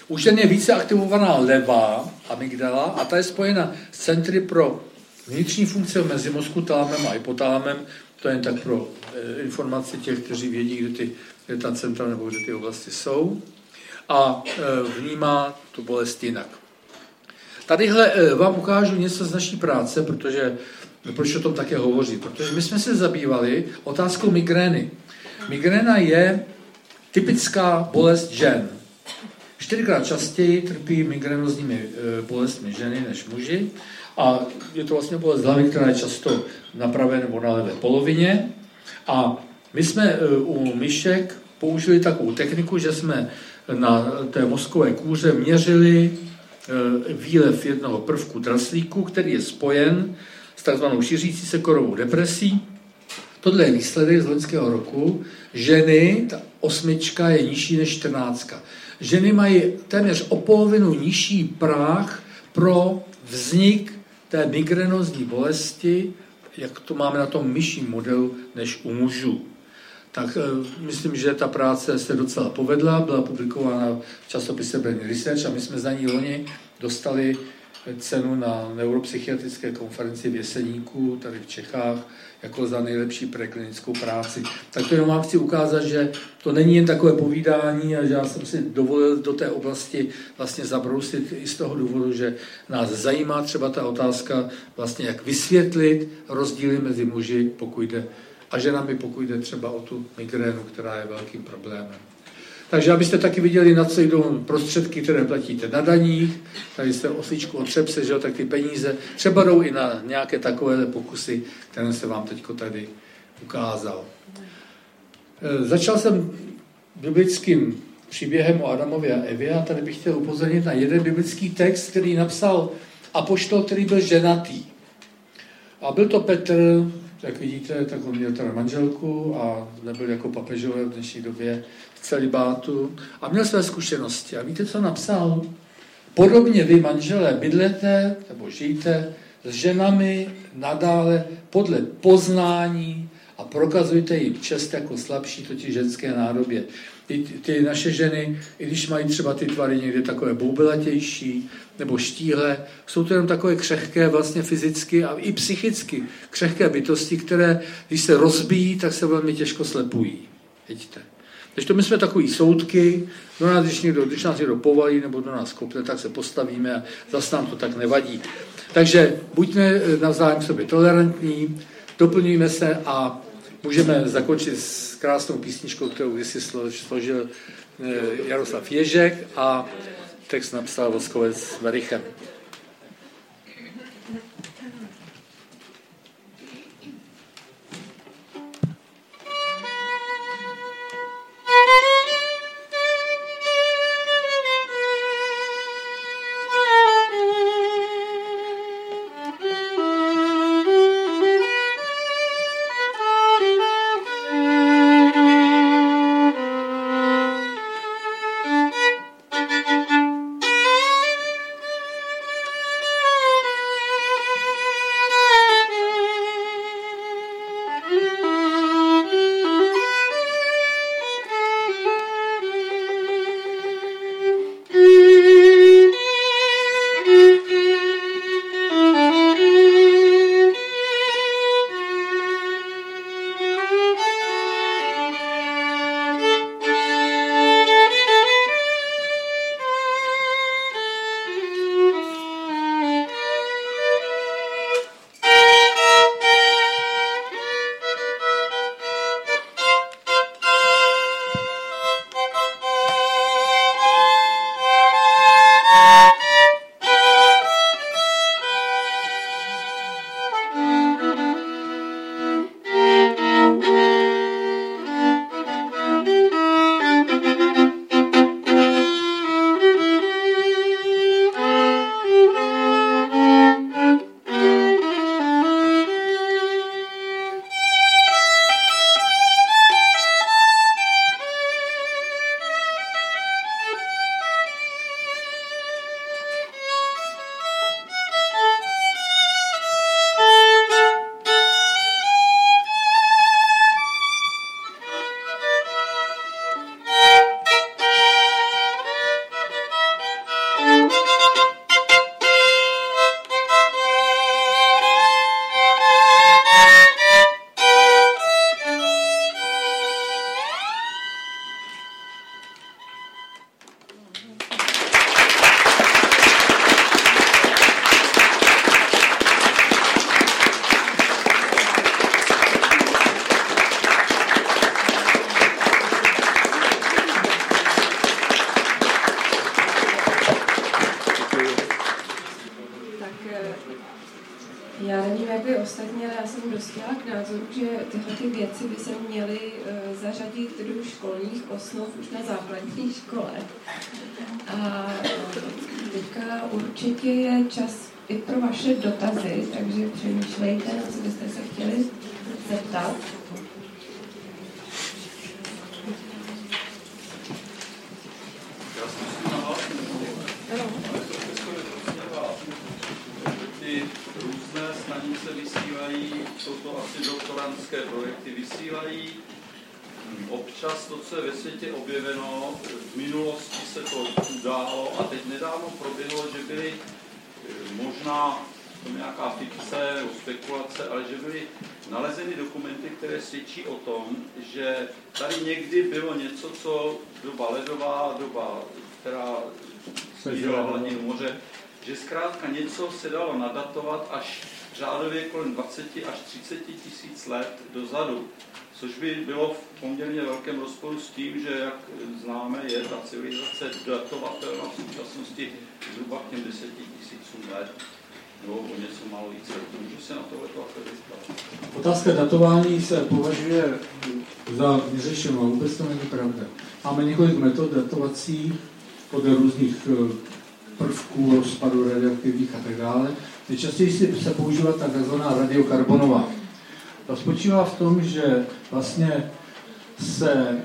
S2: U žen je více aktivovaná levá amygdala a ta je spojena s centry pro vnitřní funkce mezi mozku, talamem a hypotalamem. To je jen tak pro informaci těch, kteří vědí, kde ta centra nebo kde ty oblasti jsou. A vnímá tu bolest jinak. Tadyhle vám ukážu něco z naší práce, proč o tom také hovoří. Protože my jsme se zabývali otázkou migrény. Migréna je typická bolest žen. 4krát častěji trpí migrénozními bolestmi ženy než muži. A je to vlastně bolest hlavy, která je často na pravé nebo na levé polovině. A my jsme u myšek použili takovou techniku, že jsme na té mozkové kůře měřili výlev jednoho prvku draslíku, který je spojen s takzvanou šířící se korovou depresí. Tohle je výsledek z loňského roku. Ženy, ta 8 je nižší než 14. Ženy mají téměř o polovinu nižší práh pro vznik té migrénozní bolesti, jak to máme na tom myším modelu, než u mužů. Tak myslím, že ta práce se docela povedla, byla publikována v časopise Brain Research a my jsme za ní loni dostali cenu na neuropsychiatrické konferenci v Jeseníku, tady v Čechách, jako za nejlepší preklinickou práci. Tak to jenom vám chci ukázat, že to není jen takové povídání a že já jsem si dovolil do té oblasti vlastně zabrousit i z toho důvodu, že nás zajímá třeba ta otázka vlastně, jak vysvětlit rozdíly mezi muži, pokud jde, a ženami, pokud jde třeba o tu migrénu, která je velkým problémem. Takže abyste taky viděli, na co jdou prostředky, které platíte na daních, tady jste osličku od třepse, že jo, tak ty peníze třeba jdou i na nějaké takové pokusy, které jsem vám teď tady ukázal. Začal jsem biblickým příběhem o Adamovi a Evě a tady bych chtěl upozornit na jeden biblický text, který napsal apoštol, který byl ženatý. A byl to Petr, jak vidíte, tak on měl teda manželku a nebyl jako papežové v dnešní době v celibátu a měl své zkušenosti. A víte, co napsal? Podobně vy, manželé, bydlete nebo žijte s ženami nadále podle poznání a prokazujte jim čest jako slabší, totiž ženské nádobě. Ty naše ženy, i když mají třeba ty tvary někde takové boubelatější nebo štíhlé, jsou to jenom takové křehké vlastně fyzicky a i psychicky křehké bytosti, které, když se rozbíjí, tak se velmi těžko slepují. Vidíte? Takže to my jsme takový soudky, když nás někdo povalí nebo do nás kopne, tak se postavíme a zase nám to tak nevadí. Takže buďme navzájem sobě tolerantní, doplňujme se a můžeme zakončit s krásnou písničkou, kterou kdysi složil Jaroslav Ježek a text napsal Voskovec s Verichem.
S3: Já nevím, jak vy ostatní, ale já jsem dospěla k názoru, že tyhle ty věci by se měly zařadit do školních osnov už na základní škole. A teďka určitě je čas i pro vaše dotazy, takže přemýšlejte, na co byste se chtěli zeptat.
S4: Ty různé stanice vysílají, jsou to asi doktorantské projekty, vysílají občas to, co je ve světě objeveno. V minulosti se to událo a teď nedávno proběhlo, že byly možná nějaká fikce, spekulace, ale že byly nalezeny dokumenty, které svědčí o tom, že tady někdy bylo něco, co doba ledová, doba, která snížila hladinu moře, že zkrátka něco se dalo nadatovat až řádově kolem 20 až 30 tisíc let dozadu, což by bylo v poměrně velkém rozporu s tím, že, jak známe, je ta civilizace datovatelná v současnosti zhruba k těm 10 tisícům let, nebo o něco málo více. Můžu se na tohle vyzvat?
S5: Otázka datování se považuje za vyřešenou, ale vůbec to není pravda. Máme několik metod datovací podle různých prvků, rozpadu radioaktivních a tak dále. Nejčastěji se používá ta tzv. Radiokarbonová. To spočívá v tom, že vlastně se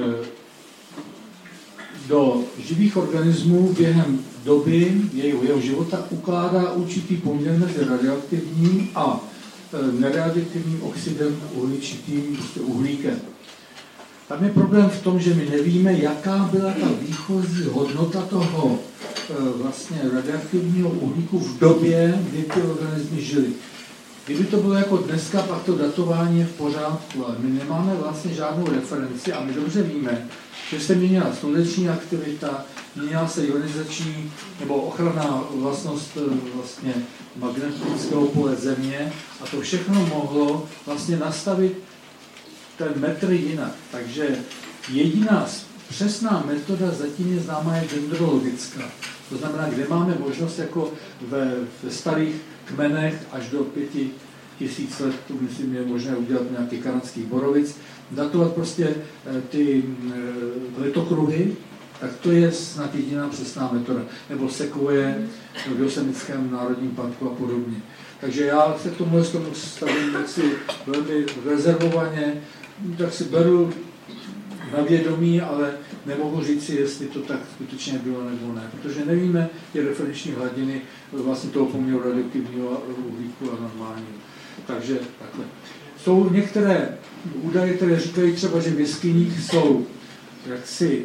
S5: do živých organismů během doby jeho života ukládá určitý poměr mezi radioaktivním a neradioaktivním oxidem uhličitým, prostě uhlíkem. Tam je problém v tom, že my nevíme, jaká byla ta výchozí hodnota toho vlastně radioaktivního uhlíku v době, kdy ty organismy žily. Kdyby to bylo jako dneska, pak to datování je v pořádku, ale my nemáme vlastně žádnou referenci a my dobře víme, že se měnila sluneční aktivita, měnila se ionizační nebo ochranná vlastnost vlastně magnetického pole Země a to všechno mohlo vlastně nastavit ten metr jinak. Takže jediná přesná metoda zatím je známá je dendrologická. To znamená, kde máme možnost jako ve starých kmenech až do 5000 let, to myslím je možné udělat nějaký kanadských borovic, datovat prostě ty letokruhy, tak to je snad jediná přesná metoda. Nebo sekvoje v Yosemiteckém národním parku a podobně. Takže já se k tomu stavím jaksi velmi rezervovaně, tak si beru na vědomí, ale nemohu říct si, jestli to tak skutečně bylo nebo ne, protože nevíme ty referenční hladiny vlastně toho poměru radioaktivního uhlíku a normálního. Takže takhle. Jsou některé údaje, které říkají třeba, že v jeskyních jsou jaksi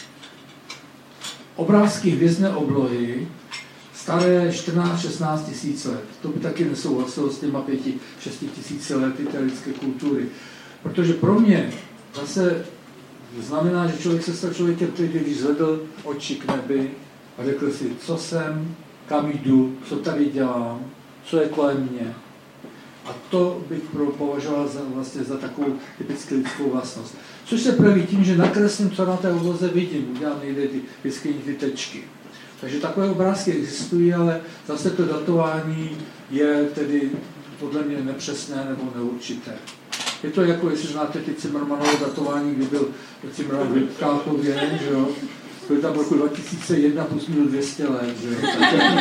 S5: obrázky hvězdné oblohy staré 14-16 tisíc let. To by taky nesouhlasilo s těma 5-6 tisíci lety té lidské kultury. Protože pro mě zase znamená, že člověk se stal člověkem, když zvedl oči k nebi a řekl si, co jsem, kam jdu, co tady dělám, co je kolem mě. A to bych považoval za takovou typicky lidskou vlastnost. Což se projeví tím, že nakreslím, co na té obloze vidím, udělám někde ty jeskyní, ty tečky. Takže takové obrázky existují, ale zase to datování je tedy podle mě nepřesné nebo neurčité. Je to jako, jestli znáte ty Zimmermanovo datování, kdy byl Zimmerman v Kálkově, že jo? Byl tam roku 2001 plus minus 200 let, že jo?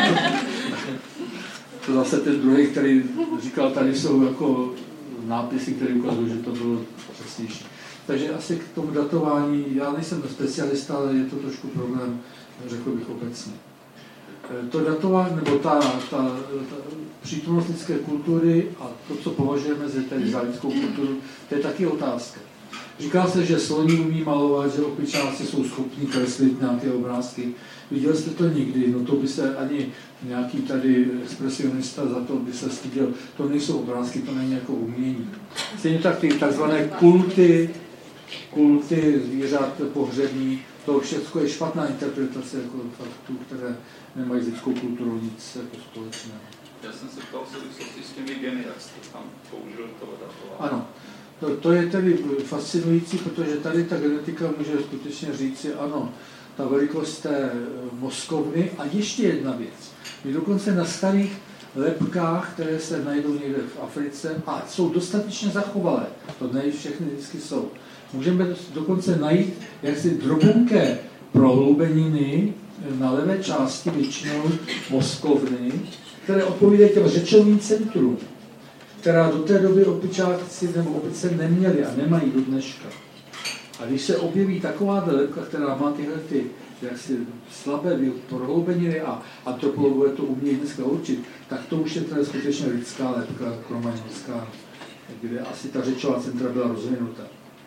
S5: To zase ten druhý, který říkal, tady jsou jako nápisy, které ukazují, že to bylo přesnější. Takže asi k tomu datování, já nejsem specialista, ale je to trošku problém, řekl bych obecně. To datování, nebo ta přítomnost lidské kultury a to, co považujeme za lidskou kulturu, to je taky otázka. Říká se, že sloni umí malovat, že opičáci jsou schopní kreslit nějaké obrázky. Viděl jste to někdy? No to by se ani nějaký tady expresionista za to by se styděl. To nejsou obrázky, to není jako umění. Stejně tak ty takzvané kulty zvířat pohřební, to všechno je špatná interpretace jako faktů, které nemají s lidskou kulturou nic jako společného.
S4: Já jsem se ptal v souvislosti s těmi geny, jak jste tam použil to datování.
S5: Ano. To je tedy fascinující, protože tady ta genetika může skutečně říci, ano, ta velikost té mozkovny. A ještě jedna věc. My dokonce na starých lebkách, které se najdou někde v Africe a jsou dostatečně zachovalé. To ne všechny vždycky jsou. Můžeme dokonce najít jaksi drobunké prohloubeniny na levé části většinou mozkovny, které odpovídají těm řečovým centrům, která do té doby opičáci nebo opice neměli a nemají do dneška. A když se objeví taková lebka, která má tyhle ty jaksi slabé prohloubeniny a antropologové to umějí dneska určit, tak to už je teda skutečně lidská lebka, kromaňská, kde asi ta řečová centra byla rozvinuta.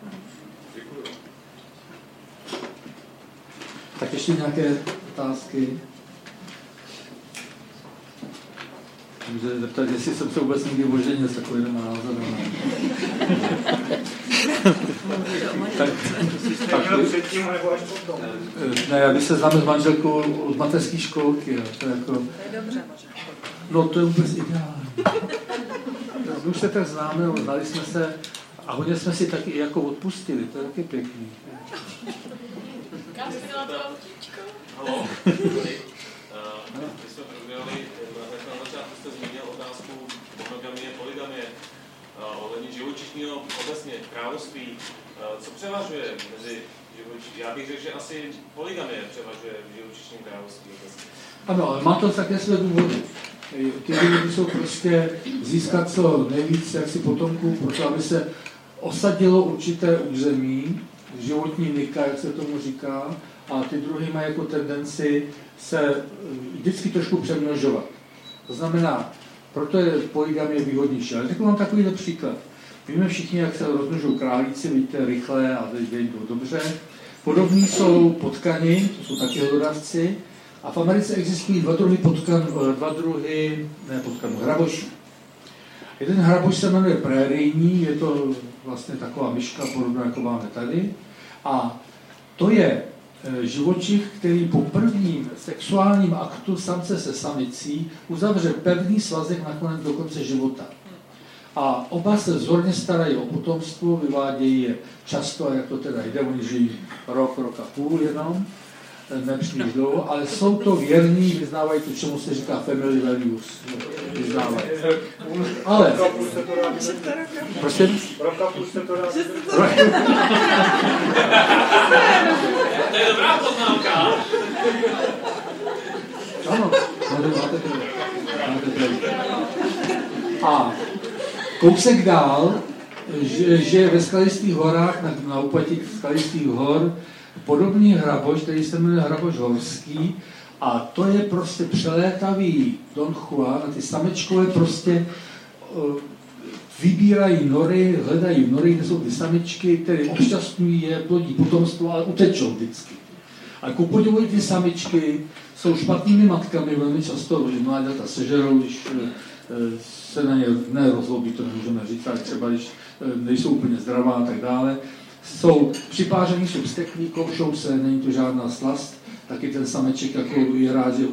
S5: Tak ještě nějaké otázky? Můžete zeptat, jestli jsem se vůbec někdy oženil s takovým názorem. Ne, já bych se známe s manželkou od mateřské školky. To je jako...
S6: To je dobře,
S5: No to je vůbec ideální. My už se tak známe, znali jsme se a hodně jsme si taky jako odpustili, to je taky pěkný.
S6: Kam jsi měla to autíčko?
S7: Haló. My jsme probírali, na začátku jste zmínil otázku monogamie, polygamie, ohledně živočišního obecně království. Co převažuje mezi živočišní? Já bych řekl, že asi polygamie převažuje v živočišním království obecně.
S5: Ano, ale má to také své důvody. Ty důvody jsou prostě získat co nejvíc jaksi potomků, proto aby se osadilo určité území, životní nika, jak se tomu říká, a ty druhy mají jako tendenci se vždycky trošku přemnožovat. To znamená, proto je polygamie výhodnější. Ale řeknu vám takovýhle příklad. Víme všichni, jak se rozmnožují králíci, vidíte, rychle a teď dobře. Podobní jsou potkani, to jsou taky hlodavci. A v Americe existují dva druhy hrabošů. Jeden hraboš se jmenuje prérijní, je to vlastně taková myška podobná, jako máme tady. A to je živočich, který po prvním sexuálním aktu samce se samicí uzavře pevný svazek nakonec do konce života. A oba se vzorně starají o potomstvo, vyvádějí je často, a jak to teda jde, oni žijí rok a půl jenom, nepříliš dlouho, ale jsou to věrní, vyznávají to, čemu se říká family values. Vyznávají. Ale... Prosím?
S7: Roka půl jste to rádi. To je dobrá poznámka.
S5: Ano, máte to. A kousek dál, že ve skalistých horách, na úpatí skalistých hor, podobný hraboš, který se jmenuje hraboš horský, a to je prostě přelétavý Don Juan, a ty samečkové prostě vybírají nory, hledají nory, kde jsou ty samičky, které obšťastňují je, plodí potomstvo, ale utečou vždycky. A ku podivu ty samičky jsou špatnými matkami, velmi často mláďata sežerou, když se na ně nerozlobí, to nemůžeme říct, ale třeba když nejsou úplně zdravá a tak dále. Jsou připáření, jsou vzteklí, koušou se, není to žádná slast, taky ten sameček jako je rád, že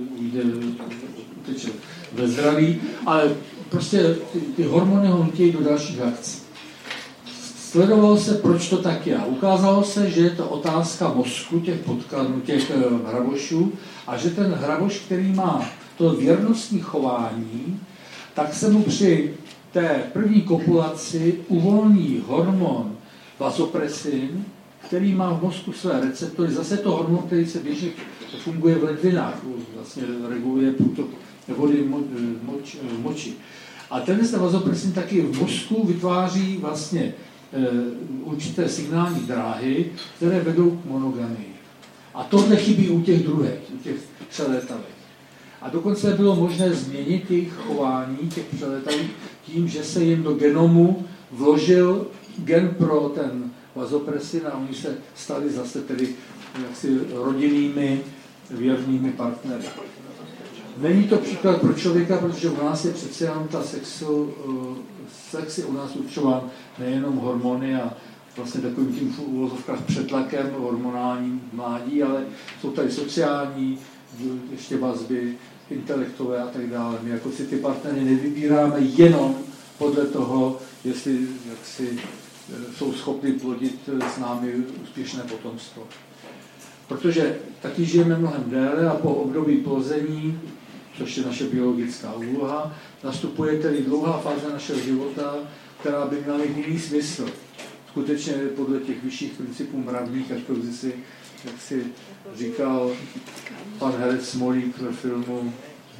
S5: uteče ve zdraví, ale prostě ty hormony ho nutějí do dalších akcí. Sledovalo se, proč to tak je. Ukázalo se, že je to otázka mozku těch hrabošů a že ten hraboš, který má to věrnostní chování, tak se mu při té první kopulaci uvolní hormon vasopresin, který má v mozku své receptory. Zase to hormon, který se běžně funguje v ledvinách, vlastně reguluje průtok vody moči. A ten vasopresin taky v mozku vytváří vlastně určité signální dráhy, které vedou k monogamii. A tohle chybí u těch druhých, u těch přelétavých. A dokonce bylo možné změnit jejich chování, těch přelétavých, tím, že se jim do genomu vložil gen pro ten vasopresin a oni se stali zase tedy jaksi rodinnými věrnými partnery. Není to příklad pro člověka, protože u nás je přece jenom ta sex je u nás určován nejenom hormony a vlastně takovým tím v uvozovkách přetlakem hormonálním mládí, ale jsou tady sociální, ještě vazby, intelektové a tak dále. My jako si ty partnery nevybíráme jenom podle toho, jestli jaksi jsou schopni plodit s námi úspěšné potomstvo. Protože taky žijeme mnohem déle a po období plození, což je naše biologická úloha. Nastupuje tedy dlouhá fáze našeho života, která by měla mít jiný smysl. Skutečně podle těch vyšších principů mravních, jak si říkal pan herec Smolík ve filmu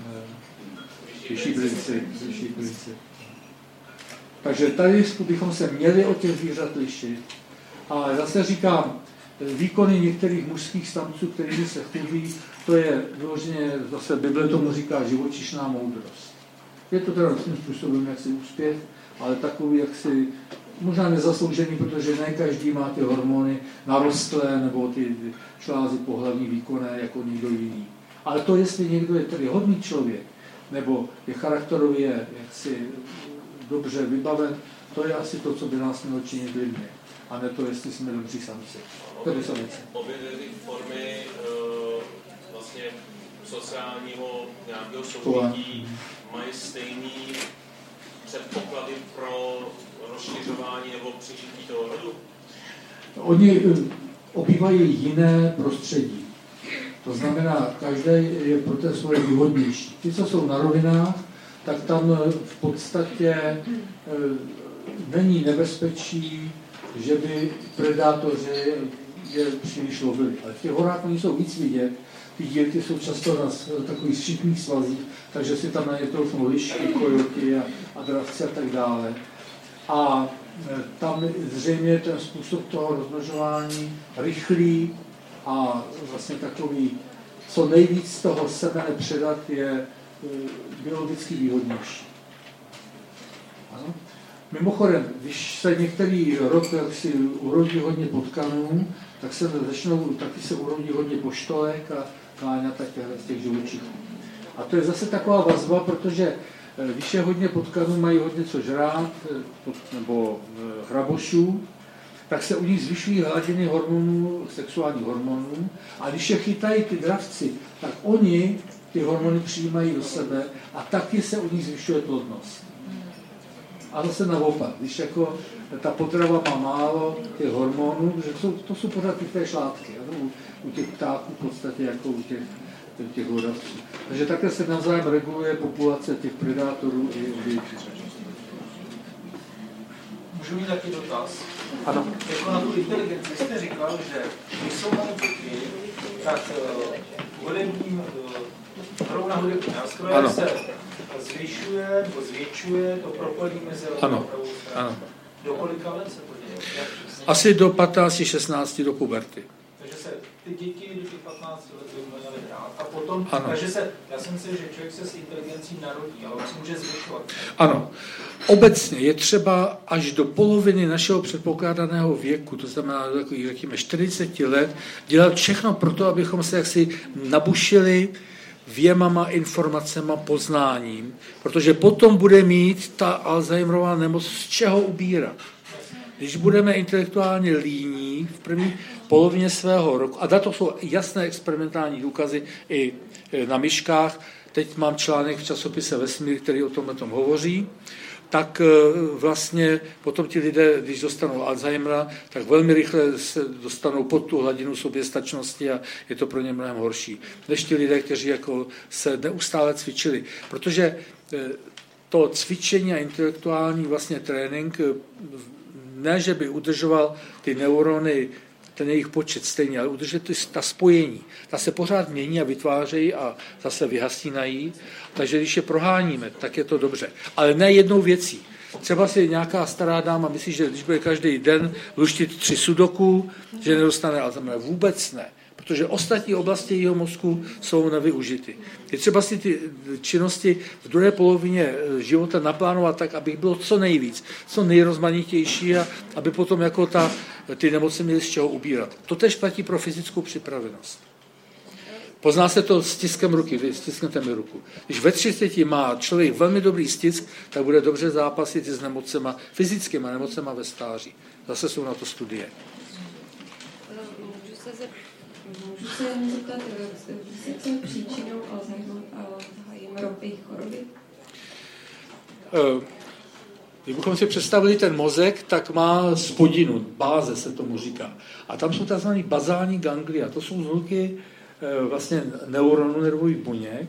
S5: Vyšší princip. Takže tady bychom se měli od těch zvířat lišit. A zase říkám, výkony některých mužských samců, kterými se chlubí, to je vyloženě, zase Bible tomu říká živočišná moudrost. Je to teda svým způsobem jaksi úspěch, ale takový jaksi možná nezasloužený, protože ne každý má ty hormony narostlé nebo ty šlázy pohlavní výkonné jako někdo jiný. Ale to, jestli někdo je tedy hodný člověk, nebo je charakterově jaksi dobře vybaven, to je asi to, co by nás mělo činit lidmi. A ne to, jestli jsme dobří samci.
S7: Obě ty formy vlastně sociálního nějakého soužití mají stejný předpoklady pro rozšiřování nebo přežití toho rodu?
S5: Oni obývají jiné prostředí. To znamená, každý je pro ten svoje výhodnější. Ti, co jsou na rovinách, tak tam v podstatě není nebezpečí, že by predátoři je příliš lovili. Ale v těch horách oni jsou víc vidět, ty dílky jsou často na takových šikmých svazích, takže si tam na ně troufnou lišky, kojoti a dravci a tak dále. A tam zřejmě ten způsob toho rozmnožování rychlý a vlastně takový, co nejvíc toho semene předat, je biologicky výhodnější. Ano? Mimochodem, když se některý rok si urodí hodně potkanů, tak se taky se urodí hodně poštolek a káňat z těch živočichů. A to je zase taková vazba, protože když je hodně potkanů, mají hodně co žrát, nebo hrabošů, tak se u nich zvyšují hladiny hormonů, sexuálních hormonů, a když je chytají ty dravci, tak oni ty hormony přijímají do sebe a taky se u nich zvyšuje plodnost. A zase naopak, když jako ta potrava má málo těch hormonů, že to jsou pořád ty té šlátky, u těch ptáků v podstatě jako u těch hlodavců. Takže takhle se navzájem reguluje populace těch predátorů i obětí.
S6: Můžu mít taky dotaz?
S5: Ano.
S6: Jako na tu inteligenci jste říkal, že když jsou malé děti, tak hudebním rovna hudební nástroje se zvyšuje nebo zvětšuje to propojení mezi
S5: ano.
S6: Do kolika let se to děje?
S5: Asi do 15-16 do puberty.
S6: Takže se ty děti do těch 15 let by měly hrát. A potom,
S5: ano.
S6: takže já jsem si, že člověk se s inteligencí narodí, ale on se může zvyšovat.
S5: Ano. Obecně je třeba až do poloviny našeho předpokládaného věku, to znamená do takových, řekněme, 40 let, dělat všechno pro to, abychom se jaksi nabušili věmama, informacema, poznáním, protože potom bude mít ta Alzheimerova nemoc z čeho ubírat. Když budeme intelektuálně líní v první polovině svého roku, a na to jsou jasné experimentální důkazy i na myškách, teď mám článek v časopise Vesmír, který o tom hovoří, tak vlastně potom ti lidé, když dostanou Alzheimera, tak velmi rychle se dostanou pod tu hladinu soběstačnosti a je to pro ně mnohem horší, než ti lidé, kteří jako se neustále cvičili. Protože to cvičení a intelektuální vlastně trénink ne, že by udržoval ty neurony, ten jejich počet stejně, ale udržet ta spojení. Ta se pořád mění a vytvářejí a zase vyhasínají. Takže když je proháníme, tak je to dobře. Ale ne jednou věcí. Třeba si nějaká stará dáma myslí, že když bude každý den luštit 3 sudoku, že nedostane Alzheimer. Vůbec ne. Protože ostatní oblasti jeho mozku jsou nevyužity. Je třeba si ty činnosti v druhé polovině života naplánovat tak, aby bylo co nejvíc, co nejrozmanitější a aby potom jako ty nemoci měly z čeho ubírat. To tež platí pro fyzickou připravenost. Pozná se to stiskem ruky, vy stisknete mi ruku. Když ve 30 má člověk velmi dobrý stisk, tak bude dobře zápasit s nemocema, fyzickýma nemocema ve stáří. Zase jsou na to studie.
S3: Můžu se jen zeptat, co je příčinou Alzheimerovy choroby?
S5: Kdybychom si představili ten mozek, tak má spodinu, báze se tomu říká. A tam jsou tzv. Bazální ganglia. To jsou vzhluky vlastně neuronů, nervových buněk.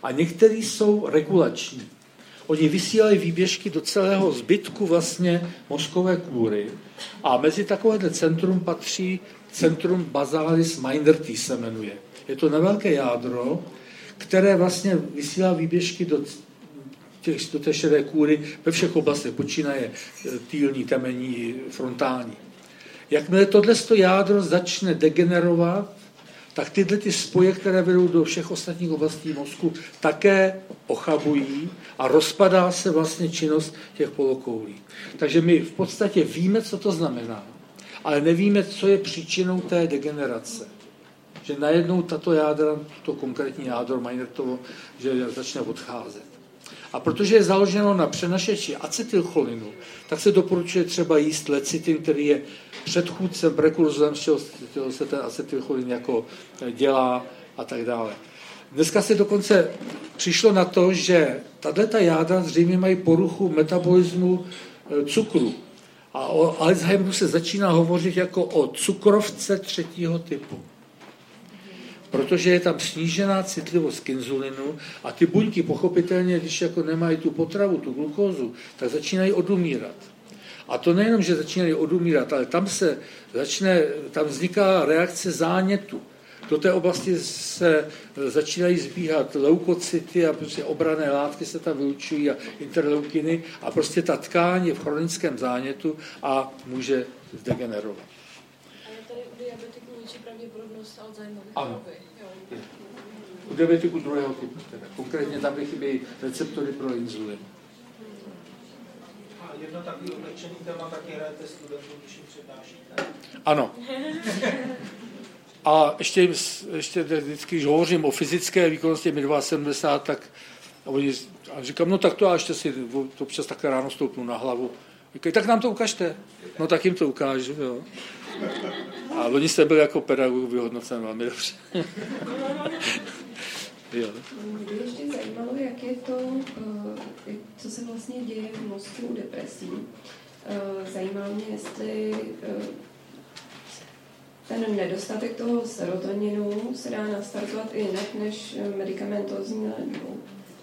S5: a některý jsou regulační. Oni vysílají výběžky do celého zbytku vlastně mozkové kůry a mezi takovéhle centrum patří centrum basalis minderti se jmenuje. Je to nevelké jádro, které vlastně vysílá výběžky do té šedé kůry ve všech oblastech, počínaje týlní, temenní i frontální. Jakmile tohleto jádro začne degenerovat, tak tyhle ty spoje, které vedou do všech ostatních oblastí mozku, také ochabují a rozpadá se vlastně činnost těch polokoulí. Takže my v podstatě víme, co to znamená, ale nevíme, co je příčinou té degenerace. Že najednou tato jádra, to konkrétní jádro Meinertovo, že začne odcházet. A protože je založeno na přenašeči acetylcholinu, tak se doporučuje třeba jíst lecitin, který je předchůdcem, prekurzorem, z čeho se ten acetylcholin jako dělá a tak dále. Dneska se dokonce přišlo na to, že tato jádra zřejmě mají poruchu metabolismu cukru. A o Alzheimeru se začíná hovořit jako o cukrovce 3. typu. Protože je tam snížená citlivost k inzulinu a ty buňky pochopitelně, když jako nemají tu potravu, tu glukózu, tak začínají odumírat. A to nejenom, že začínají odumírat, ale tam vzniká reakce zánětu. Do té oblasti se začínají zbíhat leukocyty a prostě obranné látky se tam vylučují a interleukiny a prostě ta tkáň je v chronickém zánětu a může zdegenerovat.
S8: A je tady u diabetiků větší pravděpodobnost Alzheimerovy?
S5: Ano. U diabetiku 2. typu. Konkrétně tam chybějí receptory pro inzulin.
S6: A jedno takový oblečený téma taky hrajete studentům, když jim přednášíte?
S5: Ano. A ještě vždycky, když hovořím o fyzické výkonnosti, mi 72, tak a říkám, no tak to a ještě si občas také ráno stoupnu na hlavu. Říkají, tak nám to ukažte. No tak jim to ukážu, jo. A oni jste byli jako pedagog vyhodnocen velmi dobře.
S3: Jo. Mě ještě zajímalo, jak je to, co se vlastně děje v mozku u depresí. Zajímalo mě, jestli ten nedostatek toho serotoninu se dá nastartovat i jinak než medikamentózní léčbou.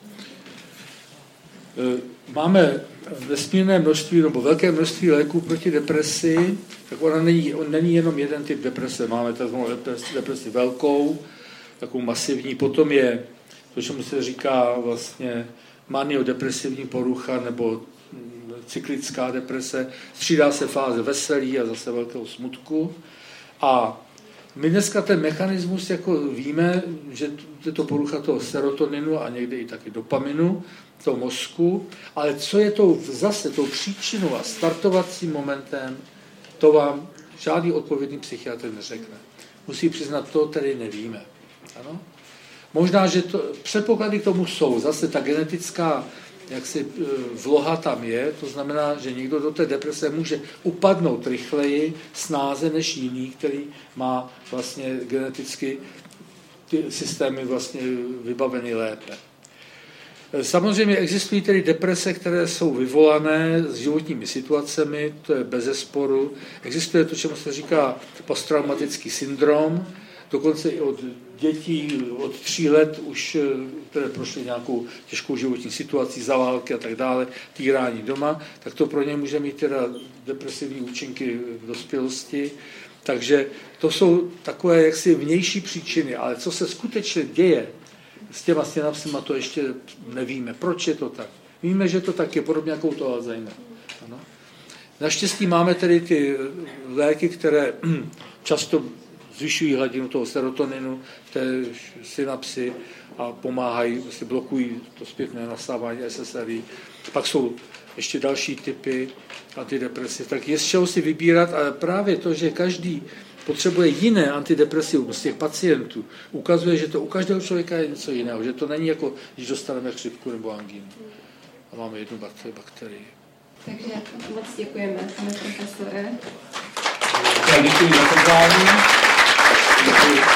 S5: Máme nesmírné množství nebo velké množství léků proti depresi, tak on není jenom jeden typ deprese. Máme takovou depresi velkou, takovou masivní, potom je to, čemu se říká vlastně maniodepresivní porucha nebo cyklická deprese, střídá se fáze veselí a zase velkého smutku. A my dneska ten mechanismus jako víme, že je to porucha toho serotoninu a někdy i taky dopaminu, toho mozku, ale co je zase tou příčinou a startovacím momentem, to vám žádný odpovědný psychiatr neřekne. Musí přiznat, to tedy nevíme. Ano? Možná, že předpoklady k tomu jsou. Zase ta genetická vloha tam je, to znamená, že někdo do té deprese může upadnout rychleji, snáze než jiný, který má vlastně geneticky ty systémy vlastně vybaveny lépe. Samozřejmě existují tedy deprese, které jsou vyvolané s životními situacemi, to je bezesporu. Existuje to, čemu se říká posttraumatický syndrom, dokonce i od dětí od 3 let už, které prošly nějakou těžkou životní situací, za války a tak dále, týrání doma, tak to pro ně může mít teda depresivní účinky v dospělosti. Takže to jsou takové jaksi vnější příčiny, ale co se skutečně děje s těma synapsima, to ještě nevíme. Proč je to tak? Víme, že to tak je, podobně jako to Alzheimer. Ano. Naštěstí máme tedy ty léky, které často zvyšují hladinu toho serotoninu v té synapsi a pomáhají, vlastně blokují to zpětné nasávání SSRI. Pak jsou ještě další typy antidepresiv. Tak je z čeho si vybírat, ale právě to, že každý potřebuje jiné antidepresivum z těch pacientů, ukazuje, že to u každého člověka je něco jiného, že to není jako, když dostaneme chřipku nebo angínu. A máme jednu bakterii.
S3: Takže moc děkujeme, pane profesore.
S5: Děkuji za pozvání. Děkuji.